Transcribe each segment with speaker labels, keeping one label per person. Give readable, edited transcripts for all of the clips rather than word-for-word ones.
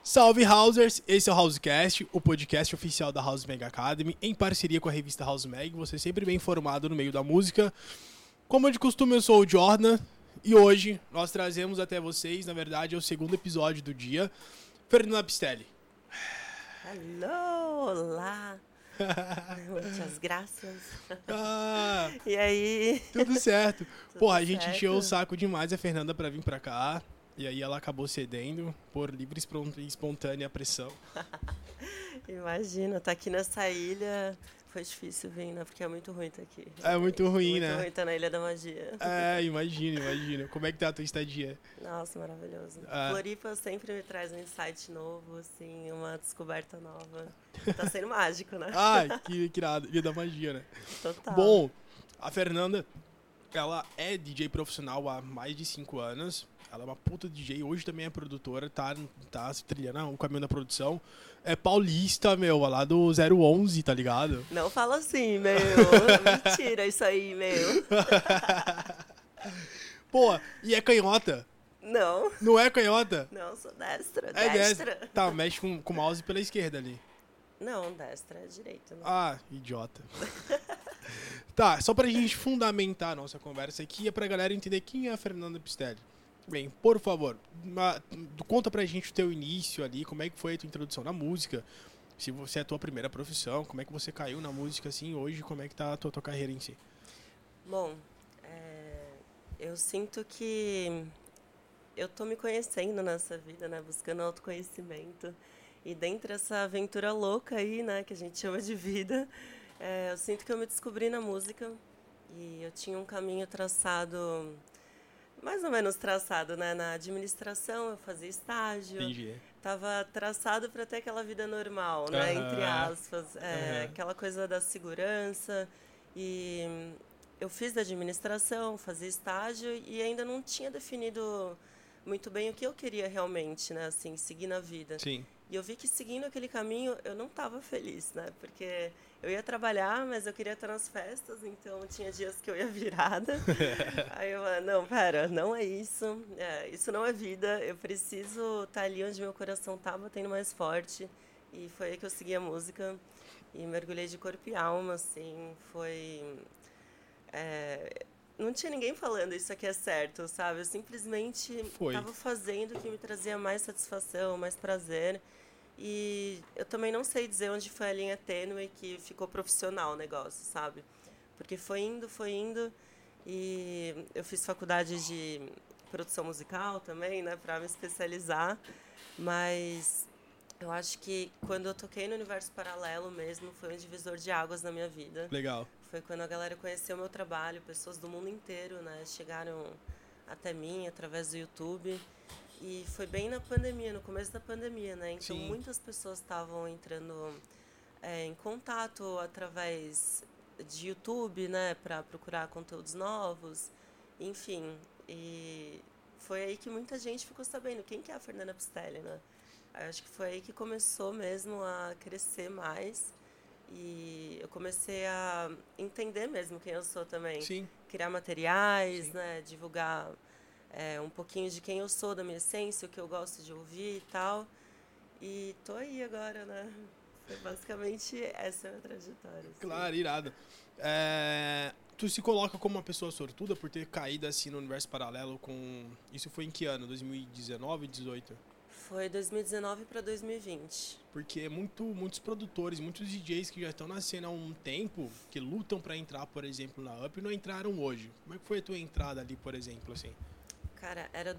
Speaker 1: Salve Housers, esse é o Housecast, o podcast oficial da House Mag Academy, em parceria com a revista House Mag, você sempre bem informado no meio da música. Como de costume, eu sou o Jordan, e hoje nós trazemos até vocês, na verdade, é o segundo episódio do dia, Fernanda Pistelli.
Speaker 2: Alô, olá, muitas graças.
Speaker 1: Ah,
Speaker 2: E aí?
Speaker 1: tudo certo.
Speaker 2: Tudo
Speaker 1: Porra, a gente
Speaker 2: certo?
Speaker 1: encheu o saco demais a Fernanda pra vir pra cá, e aí ela acabou cedendo por livre e espontânea pressão.
Speaker 2: Imagina, tá aqui nessa ilha, foi difícil vir, né? Porque é muito ruim estar aqui.
Speaker 1: É muito ruim,
Speaker 2: Muito
Speaker 1: né?
Speaker 2: ruim estar na Ilha da Magia.
Speaker 1: É, imagina. Como é que tá a tua estadia?
Speaker 2: Nossa, maravilhoso.
Speaker 1: Ah.
Speaker 2: Floripa sempre me traz um insight novo, assim, uma descoberta nova. Tá sendo mágico, né?
Speaker 1: Ai, que irado, Ilha da Magia, né?
Speaker 2: Total.
Speaker 1: Bom, a Fernanda, ela é DJ profissional há mais de 5 anos. Ela é uma puta DJ, hoje também é produtora, tá se trilhando o caminho da produção. É paulista, meu, lá do 011, tá ligado?
Speaker 2: Não fala assim, meu. Mentira isso aí, meu.
Speaker 1: Pô, e é canhota?
Speaker 2: Não,
Speaker 1: Não é canhota?
Speaker 2: não, sou destra.
Speaker 1: É
Speaker 2: Destra.
Speaker 1: destra. Tá, mexe com o mouse pela esquerda ali.
Speaker 2: Não, destra é direita. Né?
Speaker 1: Ah, idiota. Tá, só pra gente fundamentar a nossa conversa aqui, é pra galera entender quem é a Fernanda Pistelli. Bem, por favor, conta pra gente o teu início ali, como é que foi a tua introdução na música, se você é a tua primeira profissão, como é que você caiu na música, assim, hoje, como é que tá a tua carreira em si.
Speaker 2: Bom, eu sinto que eu tô me conhecendo nessa vida, né? Buscando autoconhecimento. E dentro dessa aventura louca aí, né? Que a gente chama de vida, eu sinto que eu me descobri na música. E eu tinha um caminho traçado, mais ou menos traçado, né? Na administração, eu fazia estágio.
Speaker 1: Entendi.
Speaker 2: Tava traçado para ter aquela vida normal, né? Entre aspas. Aquela coisa da segurança. E eu fiz da administração, fazia estágio e ainda não tinha definido muito bem o que eu queria realmente, né? Assim, seguir na vida.
Speaker 1: Sim.
Speaker 2: E eu vi que seguindo aquele caminho eu não estava feliz, né? Porque eu ia trabalhar, mas eu queria estar nas festas, então tinha dias que eu ia virada. Aí eu falei, não, pera, não é isso. Isso não é vida. Eu preciso estar ali onde meu coração tá batendo mais forte. E foi aí que eu segui a música e mergulhei de corpo e alma, assim. Não tinha ninguém falando isso aqui é certo, sabe? Eu simplesmente estava fazendo o que me trazia mais satisfação, mais prazer. E eu também não sei dizer onde foi a linha tênue que ficou profissional o negócio, sabe? Porque foi indo. E eu fiz faculdade de produção musical também, né? Para me especializar. Mas eu acho que quando eu toquei no Universo Paralelo mesmo, foi um divisor de águas na minha vida.
Speaker 1: Legal.
Speaker 2: Foi quando a galera conheceu o meu trabalho, pessoas do mundo inteiro, né? Chegaram até mim através do YouTube. E foi bem na pandemia, no começo da pandemia, né? Então,
Speaker 1: Sim.
Speaker 2: muitas pessoas estavam entrando em contato através de YouTube, né? Para procurar conteúdos novos, enfim. E foi aí que muita gente ficou sabendo quem que é a Fernanda Pistelli, né? Acho que foi aí que começou mesmo a crescer mais. E eu comecei a entender mesmo quem eu sou também.
Speaker 1: Sim.
Speaker 2: Criar materiais,
Speaker 1: Sim.
Speaker 2: né? Divulgar um pouquinho de quem eu sou, da minha essência, o que eu gosto de ouvir e tal. E tô aí agora, né? Foi basicamente essa é a minha trajetória. Assim.
Speaker 1: Claro, irado. Tu se coloca como uma pessoa sortuda por ter caído assim no universo paralelo com... Isso foi em que ano? 2019, 2018?
Speaker 2: Foi 2019 para 2020.
Speaker 1: Porque muitos produtores, muitos DJs que já estão na cena há um tempo, que lutam pra entrar, por exemplo, na UP, não entraram hoje. Como é que foi a tua entrada ali, por exemplo, assim?
Speaker 2: Cara, era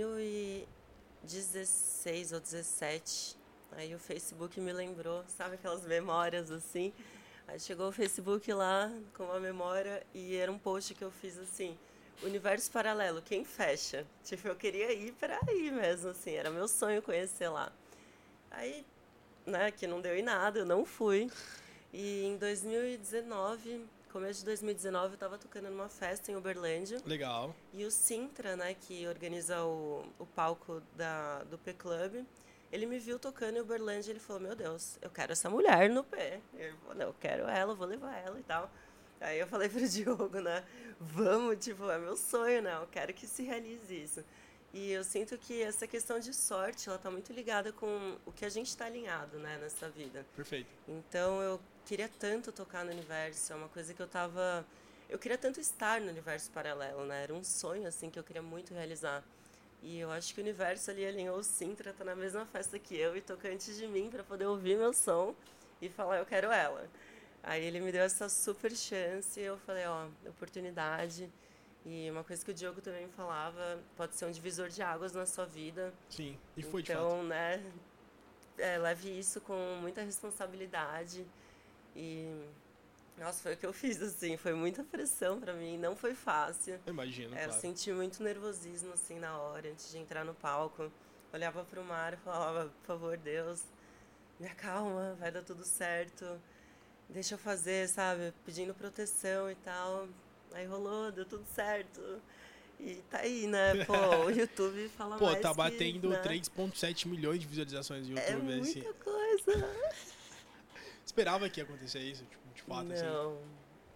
Speaker 2: 2016 ou 17. Aí o Facebook me lembrou, sabe aquelas memórias assim? Aí chegou o Facebook lá com uma memória e era um post que eu fiz assim: Universo Paralelo, quem fecha? Tipo, eu queria ir pra aí mesmo, assim, era meu sonho conhecer lá. Aí, né, que não deu em nada, eu não fui. E em 2019, começo de 2019, eu tava tocando numa festa em Uberlândia.
Speaker 1: Legal.
Speaker 2: E o Sintra, né, que organiza o palco do P-Club, ele me viu tocando em Uberlândia e ele falou, meu Deus, eu quero essa mulher no P. Eu falei, eu quero ela, eu vou levar ela e tal. Aí eu falei pro Diogo, né, vamos, tipo, é meu sonho, né, eu quero que se realize isso. E eu sinto que essa questão de sorte, ela tá muito ligada com o que a gente tá alinhado, né, nessa vida.
Speaker 1: Perfeito.
Speaker 2: Então eu queria tanto tocar no universo, é uma coisa que eu queria tanto estar no universo paralelo, né? Era um sonho, assim, que eu queria muito realizar. E eu acho que o universo ali alinhou o Sintra, tá na mesma festa que eu e toca antes de mim para poder ouvir meu som e falar, eu quero ela. Aí ele me deu essa super chance e eu falei, ó, oportunidade. E uma coisa que o Diogo também me falava, pode ser um divisor de águas na sua vida.
Speaker 1: Sim, e foi de fato.
Speaker 2: Então, né, leve isso com muita responsabilidade. E, nossa, foi o que eu fiz, assim, foi muita pressão pra mim, não foi fácil.
Speaker 1: Imagino, claro.
Speaker 2: Eu senti muito nervosismo, assim, na hora, antes de entrar no palco. Olhava pro mar e falava, por favor, Deus, me acalma, vai dar tudo certo. Deixa eu fazer, sabe? Pedindo proteção e tal. Aí rolou, deu tudo certo. E tá aí, né? Pô, o YouTube fala mais
Speaker 1: tá
Speaker 2: que,
Speaker 1: batendo
Speaker 2: né?
Speaker 1: 3,7 milhões de visualizações no YouTube.
Speaker 2: É muita
Speaker 1: assim.
Speaker 2: coisa.
Speaker 1: Esperava que ia acontecer isso, tipo, de fato,
Speaker 2: Não.
Speaker 1: assim.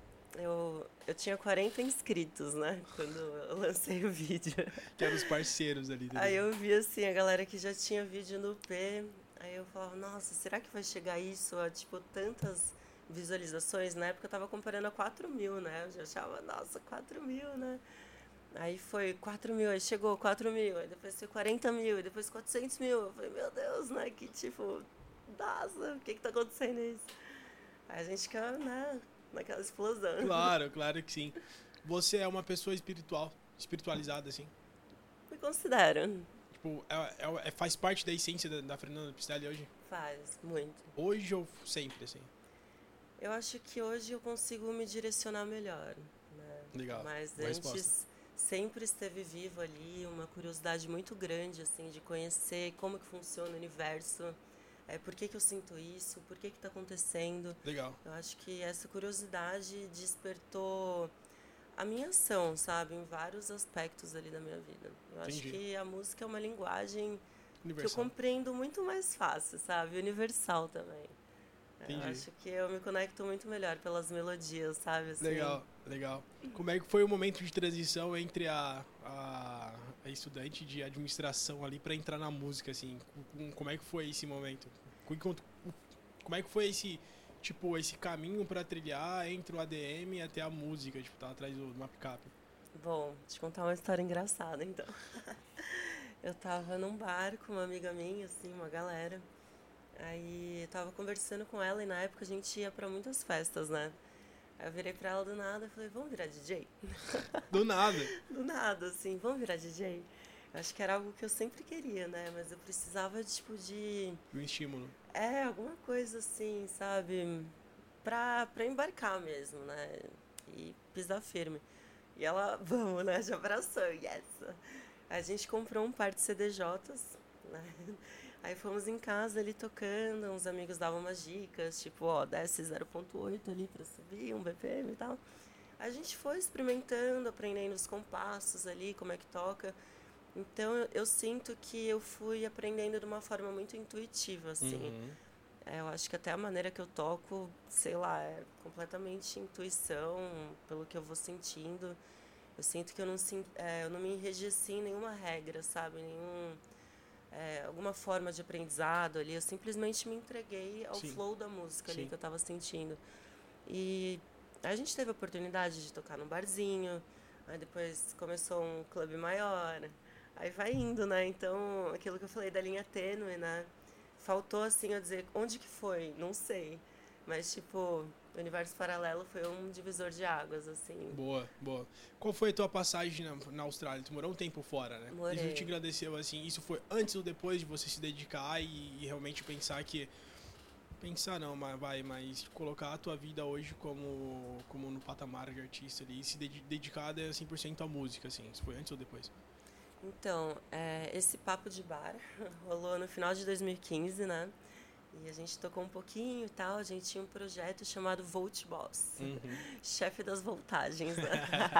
Speaker 2: Eu tinha 40 inscritos, né? Quando eu lancei o vídeo.
Speaker 1: Que eram os parceiros ali.
Speaker 2: Aí eu vi, assim, a galera que já tinha vídeo no P. Aí eu falava, nossa, será que vai chegar isso a, tipo, tantas visualizações? Na época eu tava comparando a 4 mil, né? Eu já achava, nossa, 4 mil, né? Aí foi 4 mil, aí chegou 4 mil, aí depois foi 40 mil, e depois 400 mil. Eu falei, meu Deus, né? Que tipo, nossa, o que tá acontecendo isso? Aí a gente fica, né, naquela explosão.
Speaker 1: Claro, claro que sim. Você é uma pessoa espiritualizada, assim?
Speaker 2: Me considero.
Speaker 1: Tipo, faz parte da essência da Fernanda Pistelli hoje?
Speaker 2: Faz, muito.
Speaker 1: Hoje ou sempre, assim?
Speaker 2: Eu acho que hoje eu consigo me direcionar melhor, né?
Speaker 1: Legal.
Speaker 2: Mas
Speaker 1: Boa
Speaker 2: antes
Speaker 1: resposta.
Speaker 2: sempre esteve vivo ali uma curiosidade muito grande, assim, de conhecer como que funciona o universo, por que eu sinto isso, por que está acontecendo.
Speaker 1: Legal.
Speaker 2: Eu acho que essa curiosidade despertou a minha ação, sabe, em vários aspectos ali da minha vida. Eu acho que a música é uma linguagem
Speaker 1: universal,
Speaker 2: que eu compreendo muito mais fácil, sabe, universal também.
Speaker 1: Entendi.
Speaker 2: Eu acho que eu me conecto muito melhor pelas melodias, sabe? Assim.
Speaker 1: Legal, legal. Como é que foi o momento de transição entre a estudante de administração ali para entrar na música, assim? Como é que foi esse momento? Como é que foi esse caminho para trilhar entre o ADM até a música, tipo, tá atrás de uma picape?
Speaker 2: Bom, vou te contar uma história engraçada, então. Eu tava num bar com uma amiga minha, assim, uma galera. Aí eu tava conversando com ela e na época a gente ia pra muitas festas, né? Aí eu virei pra ela do nada e falei, vamos virar DJ?
Speaker 1: Do nada?
Speaker 2: Do nada, assim, vamos virar DJ? Eu acho que era algo que eu sempre queria, né? Mas eu precisava, tipo, de...
Speaker 1: Um estímulo.
Speaker 2: Alguma coisa assim, sabe? Pra embarcar mesmo, né? E pisar firme. E ela, vamos, né? Já abraçou, yes! A gente comprou um par de CDJs, né? Aí fomos em casa ali tocando, uns amigos davam umas dicas, tipo, ó, desce 0.8 ali pra subir, um BPM e tal. A gente foi experimentando, aprendendo os compassos ali, como é que toca. Então eu sinto que eu fui aprendendo de uma forma muito intuitiva, assim.
Speaker 1: Uhum.
Speaker 2: Eu acho que até a maneira que eu toco, sei lá, é completamente intuição, pelo que eu vou sentindo. Eu sinto que eu não me enrijeci em nenhuma regra, sabe? Alguma forma de aprendizado ali. Eu simplesmente me entreguei ao flow da música ali que eu estava sentindo. E a gente teve a oportunidade de tocar num barzinho, aí depois começou um clube maior, aí vai indo, né? Então, aquilo que eu falei da linha tênue, né? Faltou, assim, eu dizer onde que foi, não sei. Mas, tipo, o universo paralelo foi um divisor de águas, assim.
Speaker 1: Boa, boa. Qual foi a tua passagem na Austrália? Tu morou um tempo fora, né?
Speaker 2: Morei.
Speaker 1: Isso te agradeceu, assim, isso foi antes ou depois de você se dedicar e realmente pensar que... Pensar não, mas colocar a tua vida hoje como no patamar de artista ali e se dedicar 100% à música, assim. Isso foi antes ou depois?
Speaker 2: Então, esse papo de bar rolou no final de 2015, né? E a gente tocou um pouquinho e tal. A gente tinha um projeto chamado Volt Boss, chefe das voltagens, né?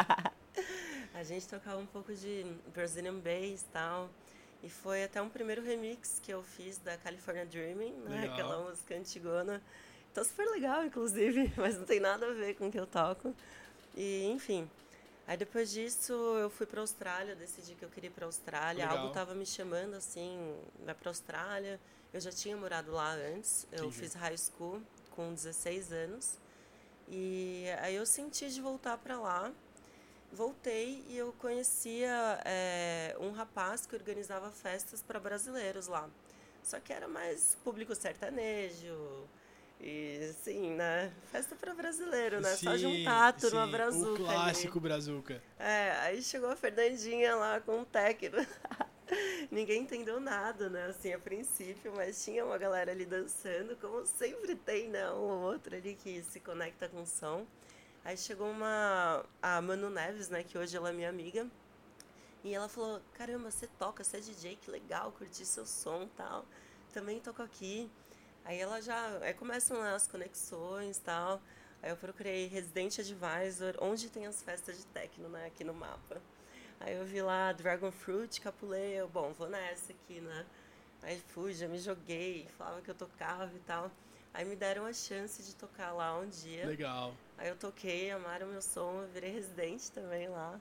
Speaker 2: A gente tocava um pouco de Brazilian Bass e tal. E foi até um primeiro remix que eu fiz da California Dreaming, né? Aquela música antigona. Então, super legal, inclusive, mas não tem nada a ver com o que eu toco. E, enfim, Aí depois disso eu fui pra Austrália, decidi que eu queria ir pra Austrália.
Speaker 1: Legal.
Speaker 2: Algo tava me chamando assim, vai pra Austrália. Eu já tinha morado lá antes, eu
Speaker 1: Entendi.
Speaker 2: fiz high school com 16 anos. E aí eu senti de voltar pra lá. Voltei e eu conhecia um rapaz que organizava festas para brasileiros lá. Só que era mais público sertanejo. E assim, né? Festa para brasileiro, né? Só
Speaker 1: Sim,
Speaker 2: juntar a turma
Speaker 1: sim, o
Speaker 2: brazuca ali.
Speaker 1: clássico brazuca.
Speaker 2: Aí chegou a Fernandinha lá com um técnico. Ninguém entendeu nada, né? Assim, a princípio, mas tinha uma galera ali dançando, como sempre tem, né? Um ou outro ali que se conecta com o som. Aí chegou a Manu Neves, né, que hoje ela é minha amiga, e ela falou: "Caramba, você toca, você é DJ, que legal, curti seu som, tal. Também toco aqui". Aí começam lá as conexões, tal. Aí eu procurei Resident Advisor, onde tem as festas de techno, né, aqui no mapa. Aí eu vi lá Dragon Fruit, Capuleia, bom, vou nessa aqui, né? Aí fui, já me joguei, falava que eu tocava e tal. Aí me deram a chance de tocar lá um dia.
Speaker 1: Legal.
Speaker 2: Aí eu toquei, amaram meu som, eu virei residente também lá.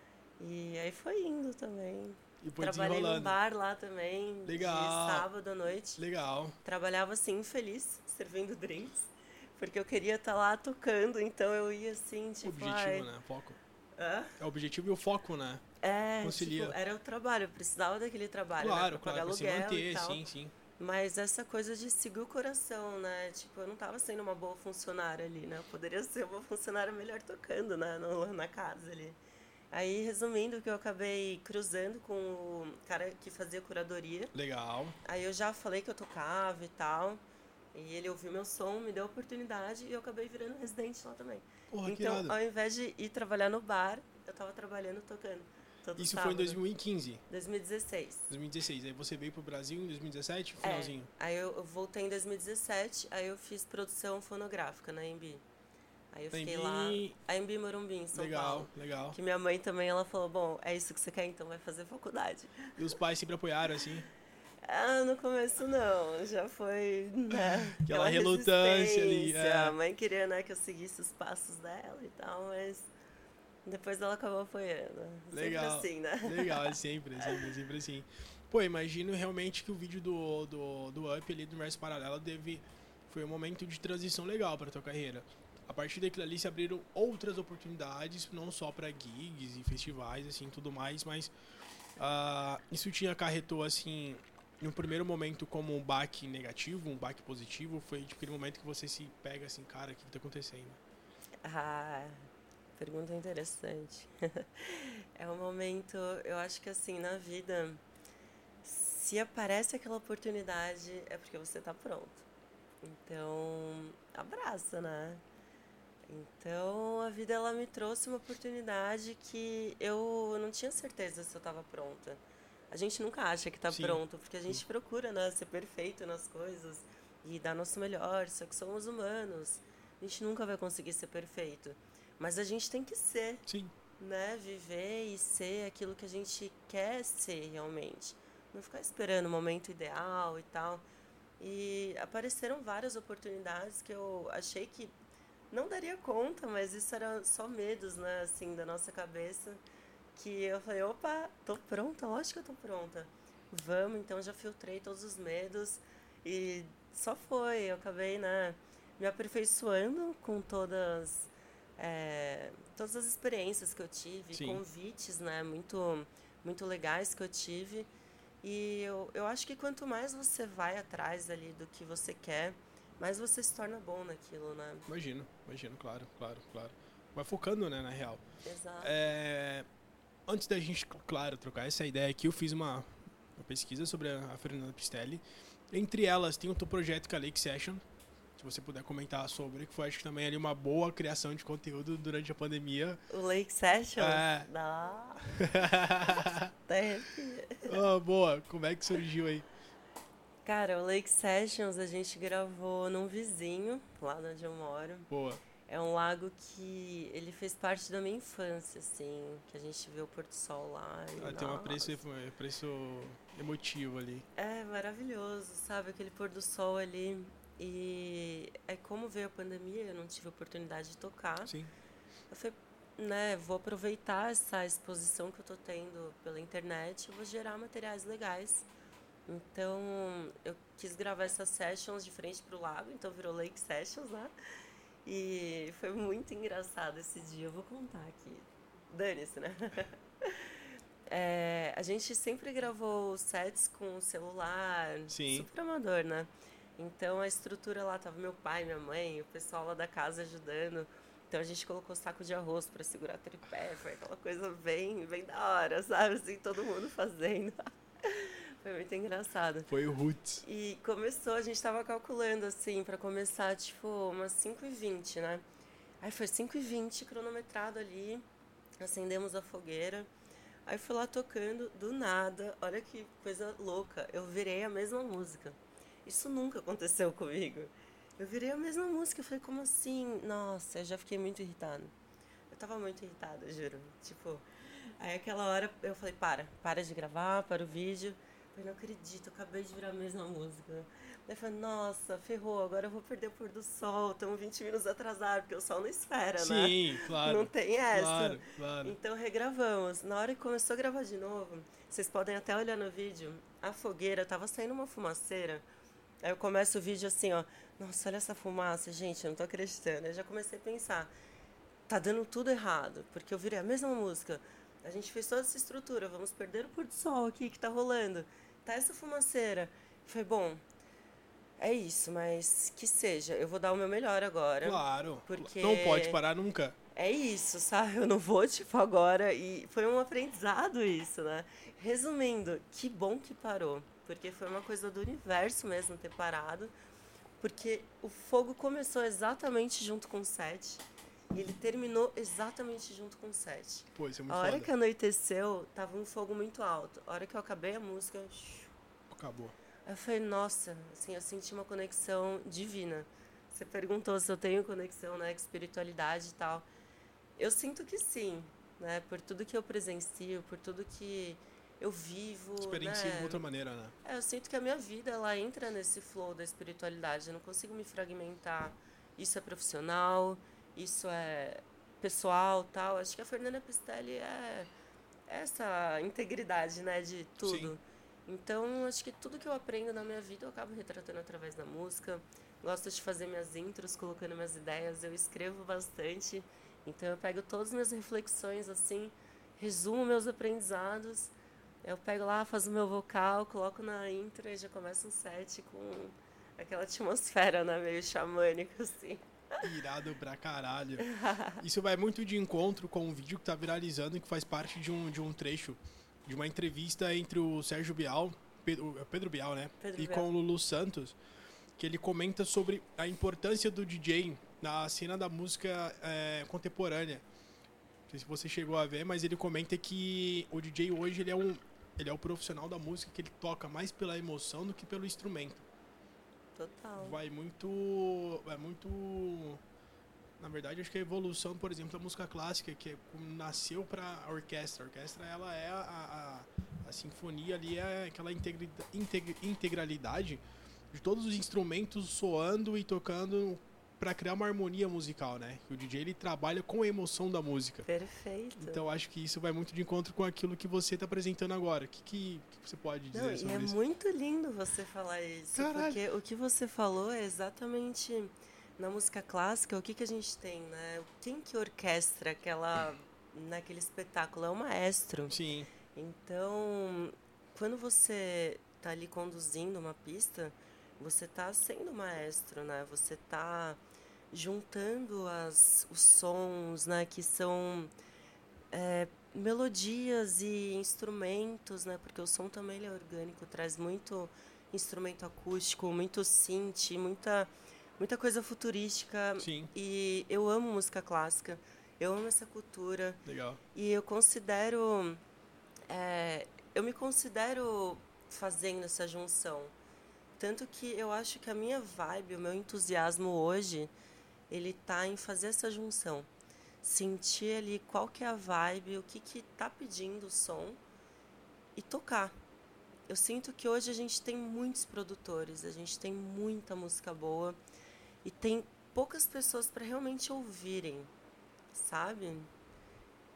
Speaker 2: E aí foi indo também.
Speaker 1: E foi
Speaker 2: Trabalhei num
Speaker 1: desenrolando.
Speaker 2: bar lá também, de
Speaker 1: Legal.
Speaker 2: sábado à noite.
Speaker 1: Legal.
Speaker 2: Trabalhava assim, infeliz, servindo drinks. Porque eu queria estar lá tocando, então eu ia assim,
Speaker 1: O
Speaker 2: tipo,
Speaker 1: objetivo,
Speaker 2: ai.
Speaker 1: né? Foco.
Speaker 2: Hã?
Speaker 1: É o objetivo e o foco, né?
Speaker 2: Tipo,
Speaker 1: Concilia.
Speaker 2: era o trabalho, eu precisava daquele trabalho, né?
Speaker 1: Claro,
Speaker 2: Pra pagar
Speaker 1: claro, pra se
Speaker 2: aluguel e
Speaker 1: manter,
Speaker 2: tal.
Speaker 1: sim, sim.
Speaker 2: Mas essa coisa de seguir o coração, né? Tipo, eu não tava sendo uma boa funcionária ali, né? Eu poderia ser uma funcionária melhor tocando, né? Na casa ali. Aí, resumindo, que eu acabei cruzando com o cara que fazia curadoria.
Speaker 1: Legal.
Speaker 2: Aí eu já falei que eu tocava e tal. E ele ouviu meu som, me deu a oportunidade e eu acabei virando residente lá também.
Speaker 1: Porra, que
Speaker 2: Então,
Speaker 1: irado.
Speaker 2: ao invés de ir trabalhar no bar, eu tava trabalhando tocando. Todo
Speaker 1: Isso foi em
Speaker 2: sábado.
Speaker 1: 2015,
Speaker 2: 2016.
Speaker 1: 2016. Aí você veio pro Brasil em 2017, finalzinho.
Speaker 2: Aí eu voltei em 2017, aí eu fiz produção fonográfica na AMB. Aí eu fiquei lá,
Speaker 1: Embi.
Speaker 2: a AMB Morumbi, em São
Speaker 1: Legal,
Speaker 2: Paulo.
Speaker 1: legal.
Speaker 2: Que minha mãe também, ela falou, bom, é isso que você quer, então vai fazer faculdade.
Speaker 1: E os pais sempre apoiaram, assim?
Speaker 2: Ah, no começo não, já foi, né,
Speaker 1: Aquela
Speaker 2: aquela
Speaker 1: relutância ali,
Speaker 2: resistência. A
Speaker 1: é.
Speaker 2: mãe queria, né, que eu seguisse os passos dela e tal, mas depois ela acabou apoiando. Sempre
Speaker 1: Legal.
Speaker 2: assim, né?
Speaker 1: Legal, é sempre assim. Pô, imagino realmente que o vídeo do Up ali do Universo Paralelo foi um momento de transição legal pra tua carreira. A partir daquilo ali se abriram outras oportunidades, não só pra gigs e festivais, assim, tudo mais, mas isso te acarretou, assim, no primeiro momento como um baque negativo, um baque positivo, foi tipo aquele momento que você se pega assim, cara, o que tá acontecendo?
Speaker 2: Ah, pergunta interessante. É um momento, eu acho que assim, na vida, se aparece aquela oportunidade, é porque você tá pronto. Então, abraça, né? Então, a vida ela me trouxe uma oportunidade que eu não tinha certeza se eu estava pronta. A gente nunca acha que está
Speaker 1: Sim,
Speaker 2: pronto, porque a
Speaker 1: sim,
Speaker 2: gente procura, né, ser perfeito nas coisas e dar nosso melhor, só que somos humanos. A gente nunca vai conseguir ser perfeito, mas a gente tem que ser,
Speaker 1: sim.
Speaker 2: né, viver e ser aquilo que a gente quer ser realmente. Não ficar esperando o momento ideal e tal. E apareceram várias oportunidades que eu achei que não daria conta, mas isso era só medos, né, assim, da nossa cabeça. Que eu falei, opa, tô pronta, lógico que eu tô pronta. Vamos, então já filtrei todos os medos e só foi. Eu acabei, né, me aperfeiçoando com todas as experiências que eu tive,
Speaker 1: Sim.
Speaker 2: convites, né, muito legais que eu tive. E eu acho que quanto mais você vai atrás ali do que você quer, mais você se torna bom naquilo, né?
Speaker 1: Imagino, claro. Vai focando, né, na real.
Speaker 2: Exato.
Speaker 1: É, antes da gente, claro, trocar essa ideia aqui, eu fiz uma pesquisa sobre a Fernanda Pistelli. Entre elas, tem o teu projeto com a Lake Session. Se você puder comentar sobre, que foi, acho que também ali uma boa criação de conteúdo durante a pandemia.
Speaker 2: O Lake Sessions?
Speaker 1: É.
Speaker 2: Dá. Até arrepia.
Speaker 1: Boa. Como é que surgiu aí?
Speaker 2: Cara, o Lake Sessions a gente gravou num vizinho, lá onde eu moro.
Speaker 1: Boa.
Speaker 2: É um lago que ele fez parte da minha infância, assim, que a gente vê o pôr do sol lá. E,
Speaker 1: Tem um
Speaker 2: nossa,
Speaker 1: preço emotivo ali.
Speaker 2: é maravilhoso, sabe? Aquele pôr do sol ali. E é como veio a pandemia, eu não tive oportunidade de tocar.
Speaker 1: Sim.
Speaker 2: Eu falei, né, vou aproveitar essa exposição que eu tô tendo pela internet, eu vou gerar materiais legais. Então, eu quis gravar essas sessions de frente pro lago, então virou Lake Sessions, né? E foi muito engraçado esse dia, eu vou contar aqui. Dane-se, né? A gente sempre gravou sets com celular,
Speaker 1: Sim.
Speaker 2: super amador, né? Então a estrutura lá tava meu pai, minha mãe, o pessoal lá da casa ajudando. Então a gente colocou saco de arroz para segurar tripé, foi aquela coisa bem, bem da hora, sabe? Assim, todo mundo fazendo. Foi muito engraçado.
Speaker 1: Foi o Roots.
Speaker 2: E começou, a gente tava calculando assim, para começar tipo umas 5h20, né? Aí foi 5h20, cronometrado ali, acendemos a fogueira. Aí fui lá tocando, do nada, olha que coisa louca, eu virei a mesma música. Isso nunca aconteceu comigo. Eu virei a mesma música, eu falei, como assim? Nossa, eu já fiquei muito irritada. Eu tava muito irritada, juro. Tipo, aí aquela hora eu falei, para de gravar, para o vídeo. Eu falei, não acredito, eu acabei de virar a mesma música. Daí eu falei, nossa, ferrou, agora eu vou perder o pôr do sol, estamos 20 minutos atrasados, porque o sol não espera, né?
Speaker 1: Sim, claro.
Speaker 2: Não tem essa.
Speaker 1: Claro, claro.
Speaker 2: Então regravamos. Na hora que começou a gravar de novo, vocês podem até olhar no vídeo, a fogueira tava saindo uma fumaceira. Aí eu começo o vídeo assim, ó. Nossa, olha essa fumaça, gente, eu não tô acreditando. Eu já comecei a pensar, tá dando tudo errado, porque eu virei a mesma música. A gente fez toda essa estrutura, vamos perder o pôr do sol aqui que tá rolando. Tá essa fumaceira. Foi bom. É isso, mas que seja. Eu vou dar o meu melhor agora.
Speaker 1: Claro.
Speaker 2: Porque
Speaker 1: Não pode parar nunca.
Speaker 2: é isso, sabe? Eu não vou, tipo, agora. E foi um aprendizado isso, né? Resumindo, que bom que parou. Porque foi uma coisa do universo mesmo ter parado. Porque o fogo começou exatamente junto com o set. E ele terminou exatamente junto com o set.
Speaker 1: Pô, isso é muito
Speaker 2: A hora
Speaker 1: foda.
Speaker 2: que anoiteceu, tava um fogo muito alto. A hora que eu acabei a música,
Speaker 1: Acabou.
Speaker 2: eu falei, nossa, assim, eu senti uma conexão divina. Você perguntou se eu tenho conexão, né, com espiritualidade e tal. Eu sinto que sim, né, por tudo que eu presencio, por tudo que eu vivo,
Speaker 1: Experiencia
Speaker 2: né.
Speaker 1: de outra maneira, né?
Speaker 2: Eu sinto que a minha vida, ela entra nesse flow da espiritualidade. Eu não consigo me fragmentar. Isso é profissional, isso é pessoal, tal. Acho que a Fernanda Pistelli é essa integridade, né, de tudo.
Speaker 1: Sim.
Speaker 2: Então, acho que tudo que eu aprendo na minha vida eu acabo retratando através da música. Gosto de fazer minhas intros, colocando minhas ideias. Eu escrevo bastante. Então, eu pego todas as minhas reflexões, assim, resumo meus aprendizados. Eu pego lá, faço o meu vocal, coloco na intro e já começa um set com aquela atmosfera, né, meio xamânica, assim.
Speaker 1: Irado pra caralho. Isso vai muito de encontro com um vídeo que tá viralizando e que faz parte de um trecho de uma entrevista entre o Sérgio Bial, Pedro Bial, né?
Speaker 2: Pedro
Speaker 1: E
Speaker 2: Bial.
Speaker 1: com o Lulu Santos, que ele comenta sobre a importância do DJ na cena da música contemporânea. Não sei se você chegou a ver, mas ele comenta que o DJ hoje ele é o profissional da música que ele toca mais pela emoção do que pelo instrumento.
Speaker 2: Total.
Speaker 1: Vai muito. Na verdade, acho que a evolução, por exemplo, da música clássica, que nasceu para a orquestra. A orquestra, ela é a sinfonia ali, é aquela integralidade de todos os instrumentos soando e tocando para criar uma harmonia musical, né? O DJ, ele trabalha com a emoção da música.
Speaker 2: Perfeito.
Speaker 1: Então, acho que isso vai muito de encontro com aquilo que você está apresentando agora. O que você pode dizer
Speaker 2: Não,
Speaker 1: sobre
Speaker 2: e é
Speaker 1: isso?
Speaker 2: muito lindo você falar isso.
Speaker 1: Caralho.
Speaker 2: Porque o que você falou é exatamente... Na música clássica, o que a gente tem, né? Quem que orquestra naquele espetáculo? É o maestro.
Speaker 1: Sim.
Speaker 2: Então, quando você tá ali conduzindo uma pista, você tá sendo maestro, né? Você tá juntando os sons, né? Que são melodias e instrumentos, né? Porque o som também ele é orgânico, traz muito instrumento acústico, muito synth, muita coisa futurística.
Speaker 1: Sim.
Speaker 2: E eu amo música clássica, eu amo essa cultura.
Speaker 1: Legal.
Speaker 2: E eu me considero fazendo essa junção. Tanto que eu acho que a minha vibe, o meu entusiasmo hoje, ele tá em fazer essa junção. Sentir ali qual que é a vibe, o que tá pedindo o som e tocar. Eu sinto que hoje a gente tem muitos produtores, a gente tem muita música boa e tem poucas pessoas para realmente ouvirem, sabe?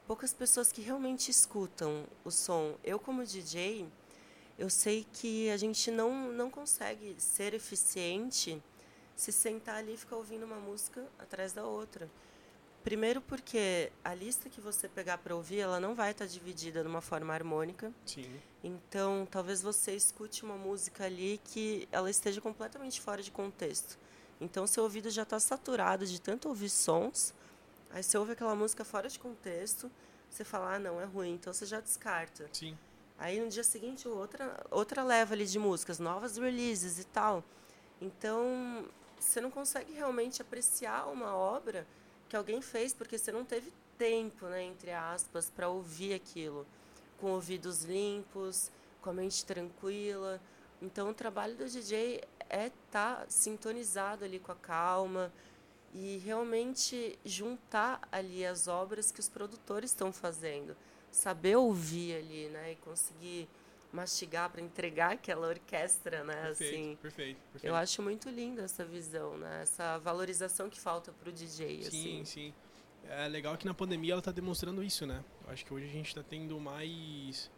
Speaker 2: poucas pessoas que realmente escutam o som. Eu, como DJ, eu sei que a gente não consegue ser eficiente se sentar ali e ficar ouvindo uma música atrás da outra. Primeiro porque a lista que você pegar para ouvir, ela não vai estar dividida de uma forma harmônica.
Speaker 1: Sim.
Speaker 2: Então, talvez você escute uma música ali que ela esteja completamente fora de contexto. Então, seu ouvido já está saturado de tanto ouvir sons. Aí você ouve aquela música fora de contexto, você fala, ah, não, é ruim. Então, você já descarta.
Speaker 1: Sim.
Speaker 2: Aí, no dia seguinte, outra leva ali de músicas, novas releases e tal. Então, você não consegue realmente apreciar uma obra que alguém fez, porque você não teve tempo, né, entre aspas, para ouvir aquilo, com ouvidos limpos, com a mente tranquila. Então, o trabalho do DJ é estar sintonizado ali com a calma e realmente juntar ali as obras que os produtores estão fazendo. Saber ouvir ali, né, e conseguir mastigar para entregar aquela orquestra, né,
Speaker 1: Perfeito,
Speaker 2: assim.
Speaker 1: perfeito.
Speaker 2: Eu acho muito linda essa visão, né, essa valorização que falta pro DJ,
Speaker 1: sim,
Speaker 2: assim.
Speaker 1: Sim. É legal que na pandemia ela tá demonstrando isso, né? Eu acho que hoje a gente tá tendo mais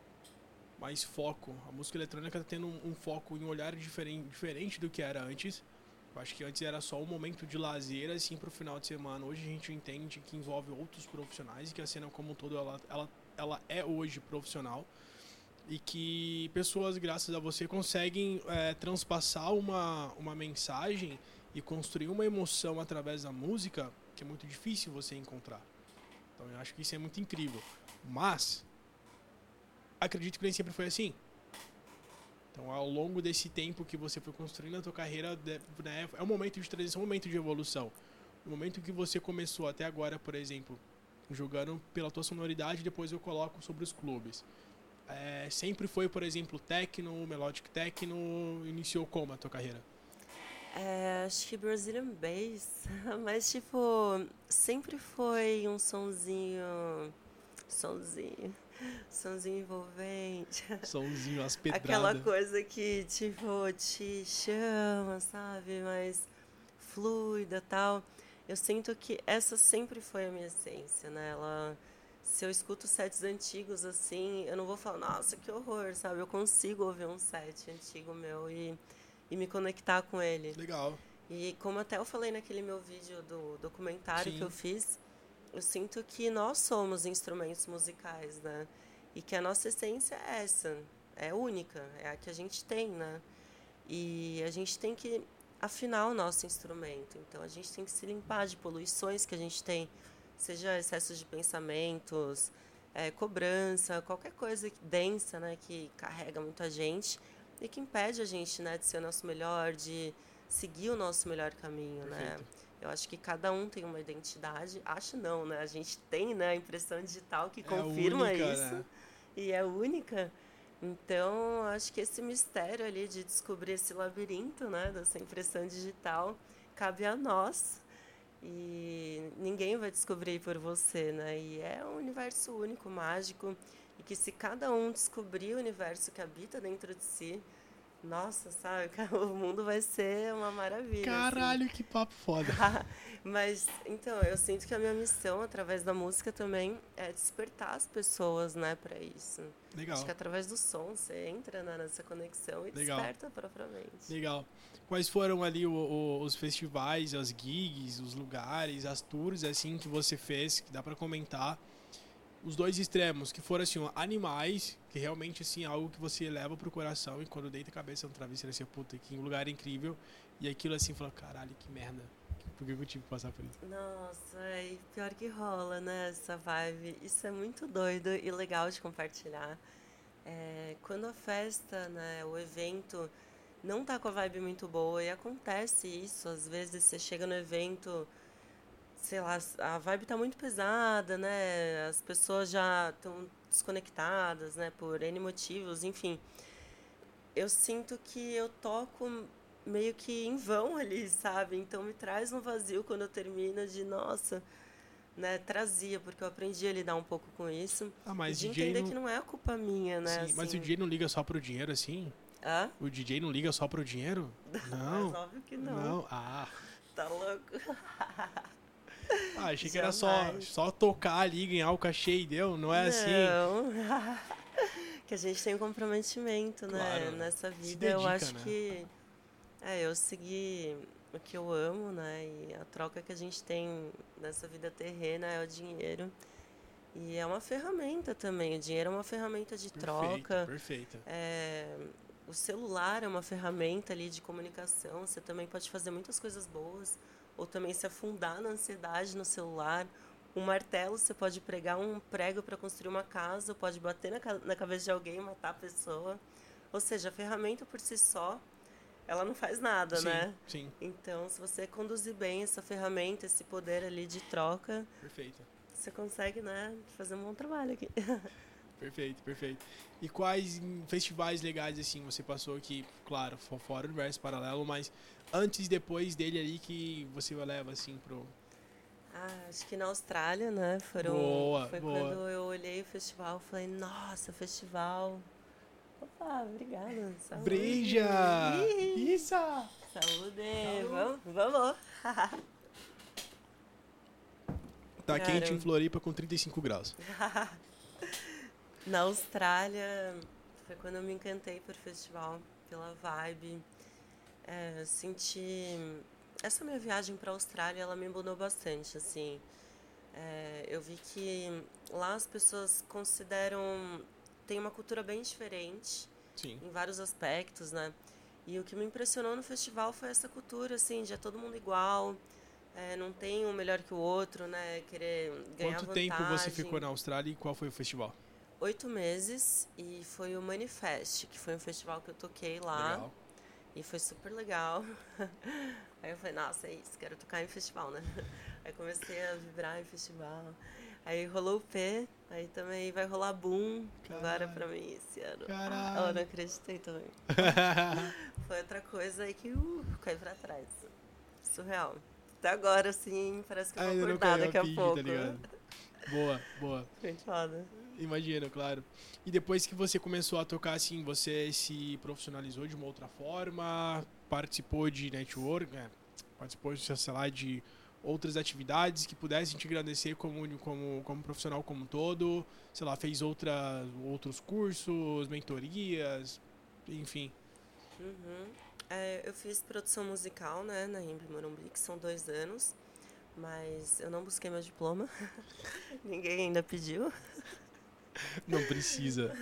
Speaker 1: foco. A música eletrônica tá tendo um foco em um olhar diferente do que era antes. Eu acho que antes era só um momento de lazer, assim, pro final de semana. Hoje a gente entende que envolve outros profissionais e que a cena como um todo, ela é hoje profissional. E que pessoas, graças a você, conseguem transpassar uma mensagem e construir uma emoção através da música que é muito difícil você encontrar. Então eu acho que isso é muito incrível. Mas acredito que nem sempre foi assim. Então ao longo desse tempo que você foi construindo a tua carreira, né, é um momento de transição, um momento de evolução. No momento que você começou até agora, por exemplo, jogando pela tua sonoridade, depois eu coloco sobre os clubes. Sempre foi, por exemplo, techno, melodic techno, iniciou como a tua carreira?
Speaker 2: Acho que Brazilian Bass, mas tipo, sempre foi um sonzinho envolvente.
Speaker 1: Sonzinho, as pedradas.
Speaker 2: Aquela coisa que, tipo, te chama, sabe? Mais fluida, tal. Eu sinto que essa sempre foi a minha essência, né? Se eu escuto sets antigos assim, eu não vou falar, nossa, que horror, sabe? Eu consigo ouvir um set antigo meu e me conectar com ele.
Speaker 1: Legal.
Speaker 2: E como até eu falei naquele meu vídeo do documentário
Speaker 1: Sim.
Speaker 2: que eu fiz, eu sinto que nós somos instrumentos musicais, né? E que a nossa essência é essa, é única, é a que a gente tem, né? E a gente tem que afinar o nosso instrumento. Então a gente tem que se limpar de poluições que a gente tem, seja excesso de pensamentos, cobrança, qualquer coisa densa, né, que carrega muita gente e que impede a gente, né, de ser o nosso melhor, de seguir o nosso melhor caminho, né? Eu acho que cada um tem uma identidade. Acho não, né? A gente tem, né, a impressão digital que confirma
Speaker 1: única,
Speaker 2: isso.
Speaker 1: Né?
Speaker 2: E é única. Então, acho que esse mistério ali de descobrir esse labirinto, né, dessa impressão digital, cabe a nós. E ninguém vai descobrir por você, né? E é um universo único, mágico. E que se cada um descobrir o universo que habita dentro de si, nossa, sabe? O mundo vai ser uma maravilha.
Speaker 1: Caralho,
Speaker 2: assim.
Speaker 1: Que papo foda.
Speaker 2: Mas, então, eu sinto que a minha missão, através da música também, é despertar as pessoas, né, pra isso.
Speaker 1: Legal.
Speaker 2: Acho que através do som você entra, né, nessa conexão e desperta propriamente.
Speaker 1: Legal. Quais foram ali os festivais, as gigs, os lugares, as tours, assim, que você fez, que dá pra comentar? Os dois extremos, que foram, assim, animais, que realmente, assim, é algo que você leva pro coração e quando deita a cabeça no travesseiro, assim, puta, que lugar incrível. E aquilo, assim, fala, caralho, que merda. Por que eu tive que passar por isso?
Speaker 2: Nossa, pior que rola, né, essa vibe. Isso é muito doido e legal de compartilhar. Quando a festa, né, o evento não tá com a vibe muito boa e acontece isso, às vezes você chega no evento, sei lá, a vibe tá muito pesada, né, as pessoas já estão desconectadas, né, por N motivos, enfim. Eu sinto que eu toco meio que em vão ali, sabe? Então me traz um vazio quando eu termino de, nossa, né, trazia, porque eu aprendi a lidar um pouco com isso.
Speaker 1: Mas
Speaker 2: de
Speaker 1: DJ
Speaker 2: entender que não é a culpa minha, né?
Speaker 1: Sim,
Speaker 2: assim.
Speaker 1: Mas o DJ não liga só pro dinheiro, assim?
Speaker 2: Hã?
Speaker 1: O DJ não liga só pro dinheiro? Não.
Speaker 2: Mas óbvio que não.
Speaker 1: Não? Ah.
Speaker 2: Tá louco?
Speaker 1: Ah, achei que era só tocar ali, ganhar o cachê e deu, não é assim?
Speaker 2: Não. Que a gente tem um comprometimento,
Speaker 1: Claro,
Speaker 2: né? Nessa vida,
Speaker 1: dedica,
Speaker 2: eu acho
Speaker 1: né?
Speaker 2: que eu segui o que eu amo, né? E a troca que a gente tem nessa vida terrena é o dinheiro. E é uma ferramenta também. O dinheiro é uma ferramenta de troca.
Speaker 1: Perfeito.
Speaker 2: O celular é uma ferramenta ali de comunicação. Você também pode fazer muitas coisas boas. Ou também se afundar na ansiedade no celular. Um martelo, você pode pregar um prego para construir uma casa. Ou pode bater na cabeça de alguém e matar a pessoa. Ou seja, a ferramenta por si só, ela não faz nada, né?
Speaker 1: Sim.
Speaker 2: Então, se você conduzir bem essa ferramenta, esse poder ali de troca...
Speaker 1: Perfeito.
Speaker 2: Você consegue, né, fazer um bom trabalho aqui.
Speaker 1: Perfeito. E quais festivais legais, assim, você passou aqui, claro, fora o Universo Paralelo, mas antes e depois dele ali que você leva, assim, pro...
Speaker 2: Acho que na Austrália, né, foi
Speaker 1: boa.
Speaker 2: quando eu olhei o festival e falei, nossa, festival... Opa, obrigada. Saúde.
Speaker 1: Breja! Isso!
Speaker 2: Saúde! Vamos!
Speaker 1: Tá quente em Floripa com 35 graus.
Speaker 2: Na Austrália, foi quando eu me encantei por festival, pela vibe. Senti... Essa minha viagem para a Austrália, ela me mudou bastante, assim. Eu vi que lá as pessoas consideram... Tem uma cultura bem diferente.
Speaker 1: Sim.
Speaker 2: Em vários aspectos, né? E o que me impressionou no festival foi essa cultura, assim, de é todo mundo igual... não tem um melhor que o outro, né? Querer ganhar
Speaker 1: Quanto
Speaker 2: vantagem.
Speaker 1: tempo você ficou na Austrália e qual foi o festival?
Speaker 2: 8 meses e foi o Manifest, que foi um festival que eu toquei lá.
Speaker 1: Legal.
Speaker 2: E foi super legal. Aí eu falei, nossa, é isso, quero tocar em festival, né? Aí comecei a vibrar em festival. Aí rolou o P, aí também vai rolar Boom, agora pra mim esse ano.
Speaker 1: Caralho.
Speaker 2: Eu não acreditei também. Foi outra coisa aí que caiu pra trás. Surreal. Até agora, assim, parece que eu vou acordar daqui a pouco. Tá ligado?
Speaker 1: Boa.
Speaker 2: Foi foda.
Speaker 1: Imagino, claro. E depois que você começou a tocar, assim, você se profissionalizou de uma outra forma? Participou de network? Participou, sei lá, de outras atividades que pudessem te agradecer como profissional como um todo? Sei lá, fez outros cursos, mentorias, enfim.
Speaker 2: Eu fiz produção musical, né, na Imbi Morumbi, que são 2 anos, mas eu não busquei meu diploma. Ninguém ainda pediu.
Speaker 1: Não precisa.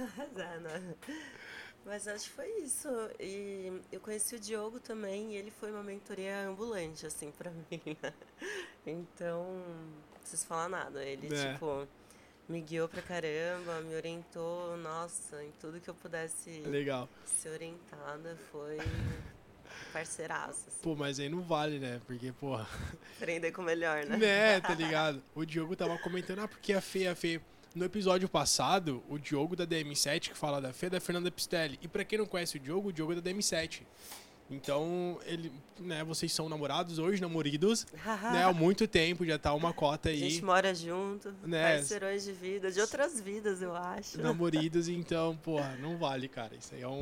Speaker 2: Mas acho que foi isso. E eu conheci o Diogo também, e ele foi uma mentoria ambulante, assim, pra mim, né? Então, não preciso falar nada. Ele, me guiou pra caramba, me orientou, nossa, em tudo que eu pudesse ser orientada, foi parceiraço. Assim.
Speaker 1: Pô, mas aí não vale, né? Porque, porra...
Speaker 2: Aprender com o melhor, né?
Speaker 1: Né, tá ligado? O Diogo tava comentando, porque a Fê... No episódio passado, o Diogo da DM7, que fala da Fê, da Fernanda Pistelli. E pra quem não conhece o Diogo é da DM7. Então, vocês são namorados hoje, namoridos, né? Há muito tempo, já tá uma cota aí.
Speaker 2: A gente mora junto,
Speaker 1: né?
Speaker 2: Parceirões de vida, de outras vidas, eu acho.
Speaker 1: Namoridos, então, porra, não vale, cara. Isso aí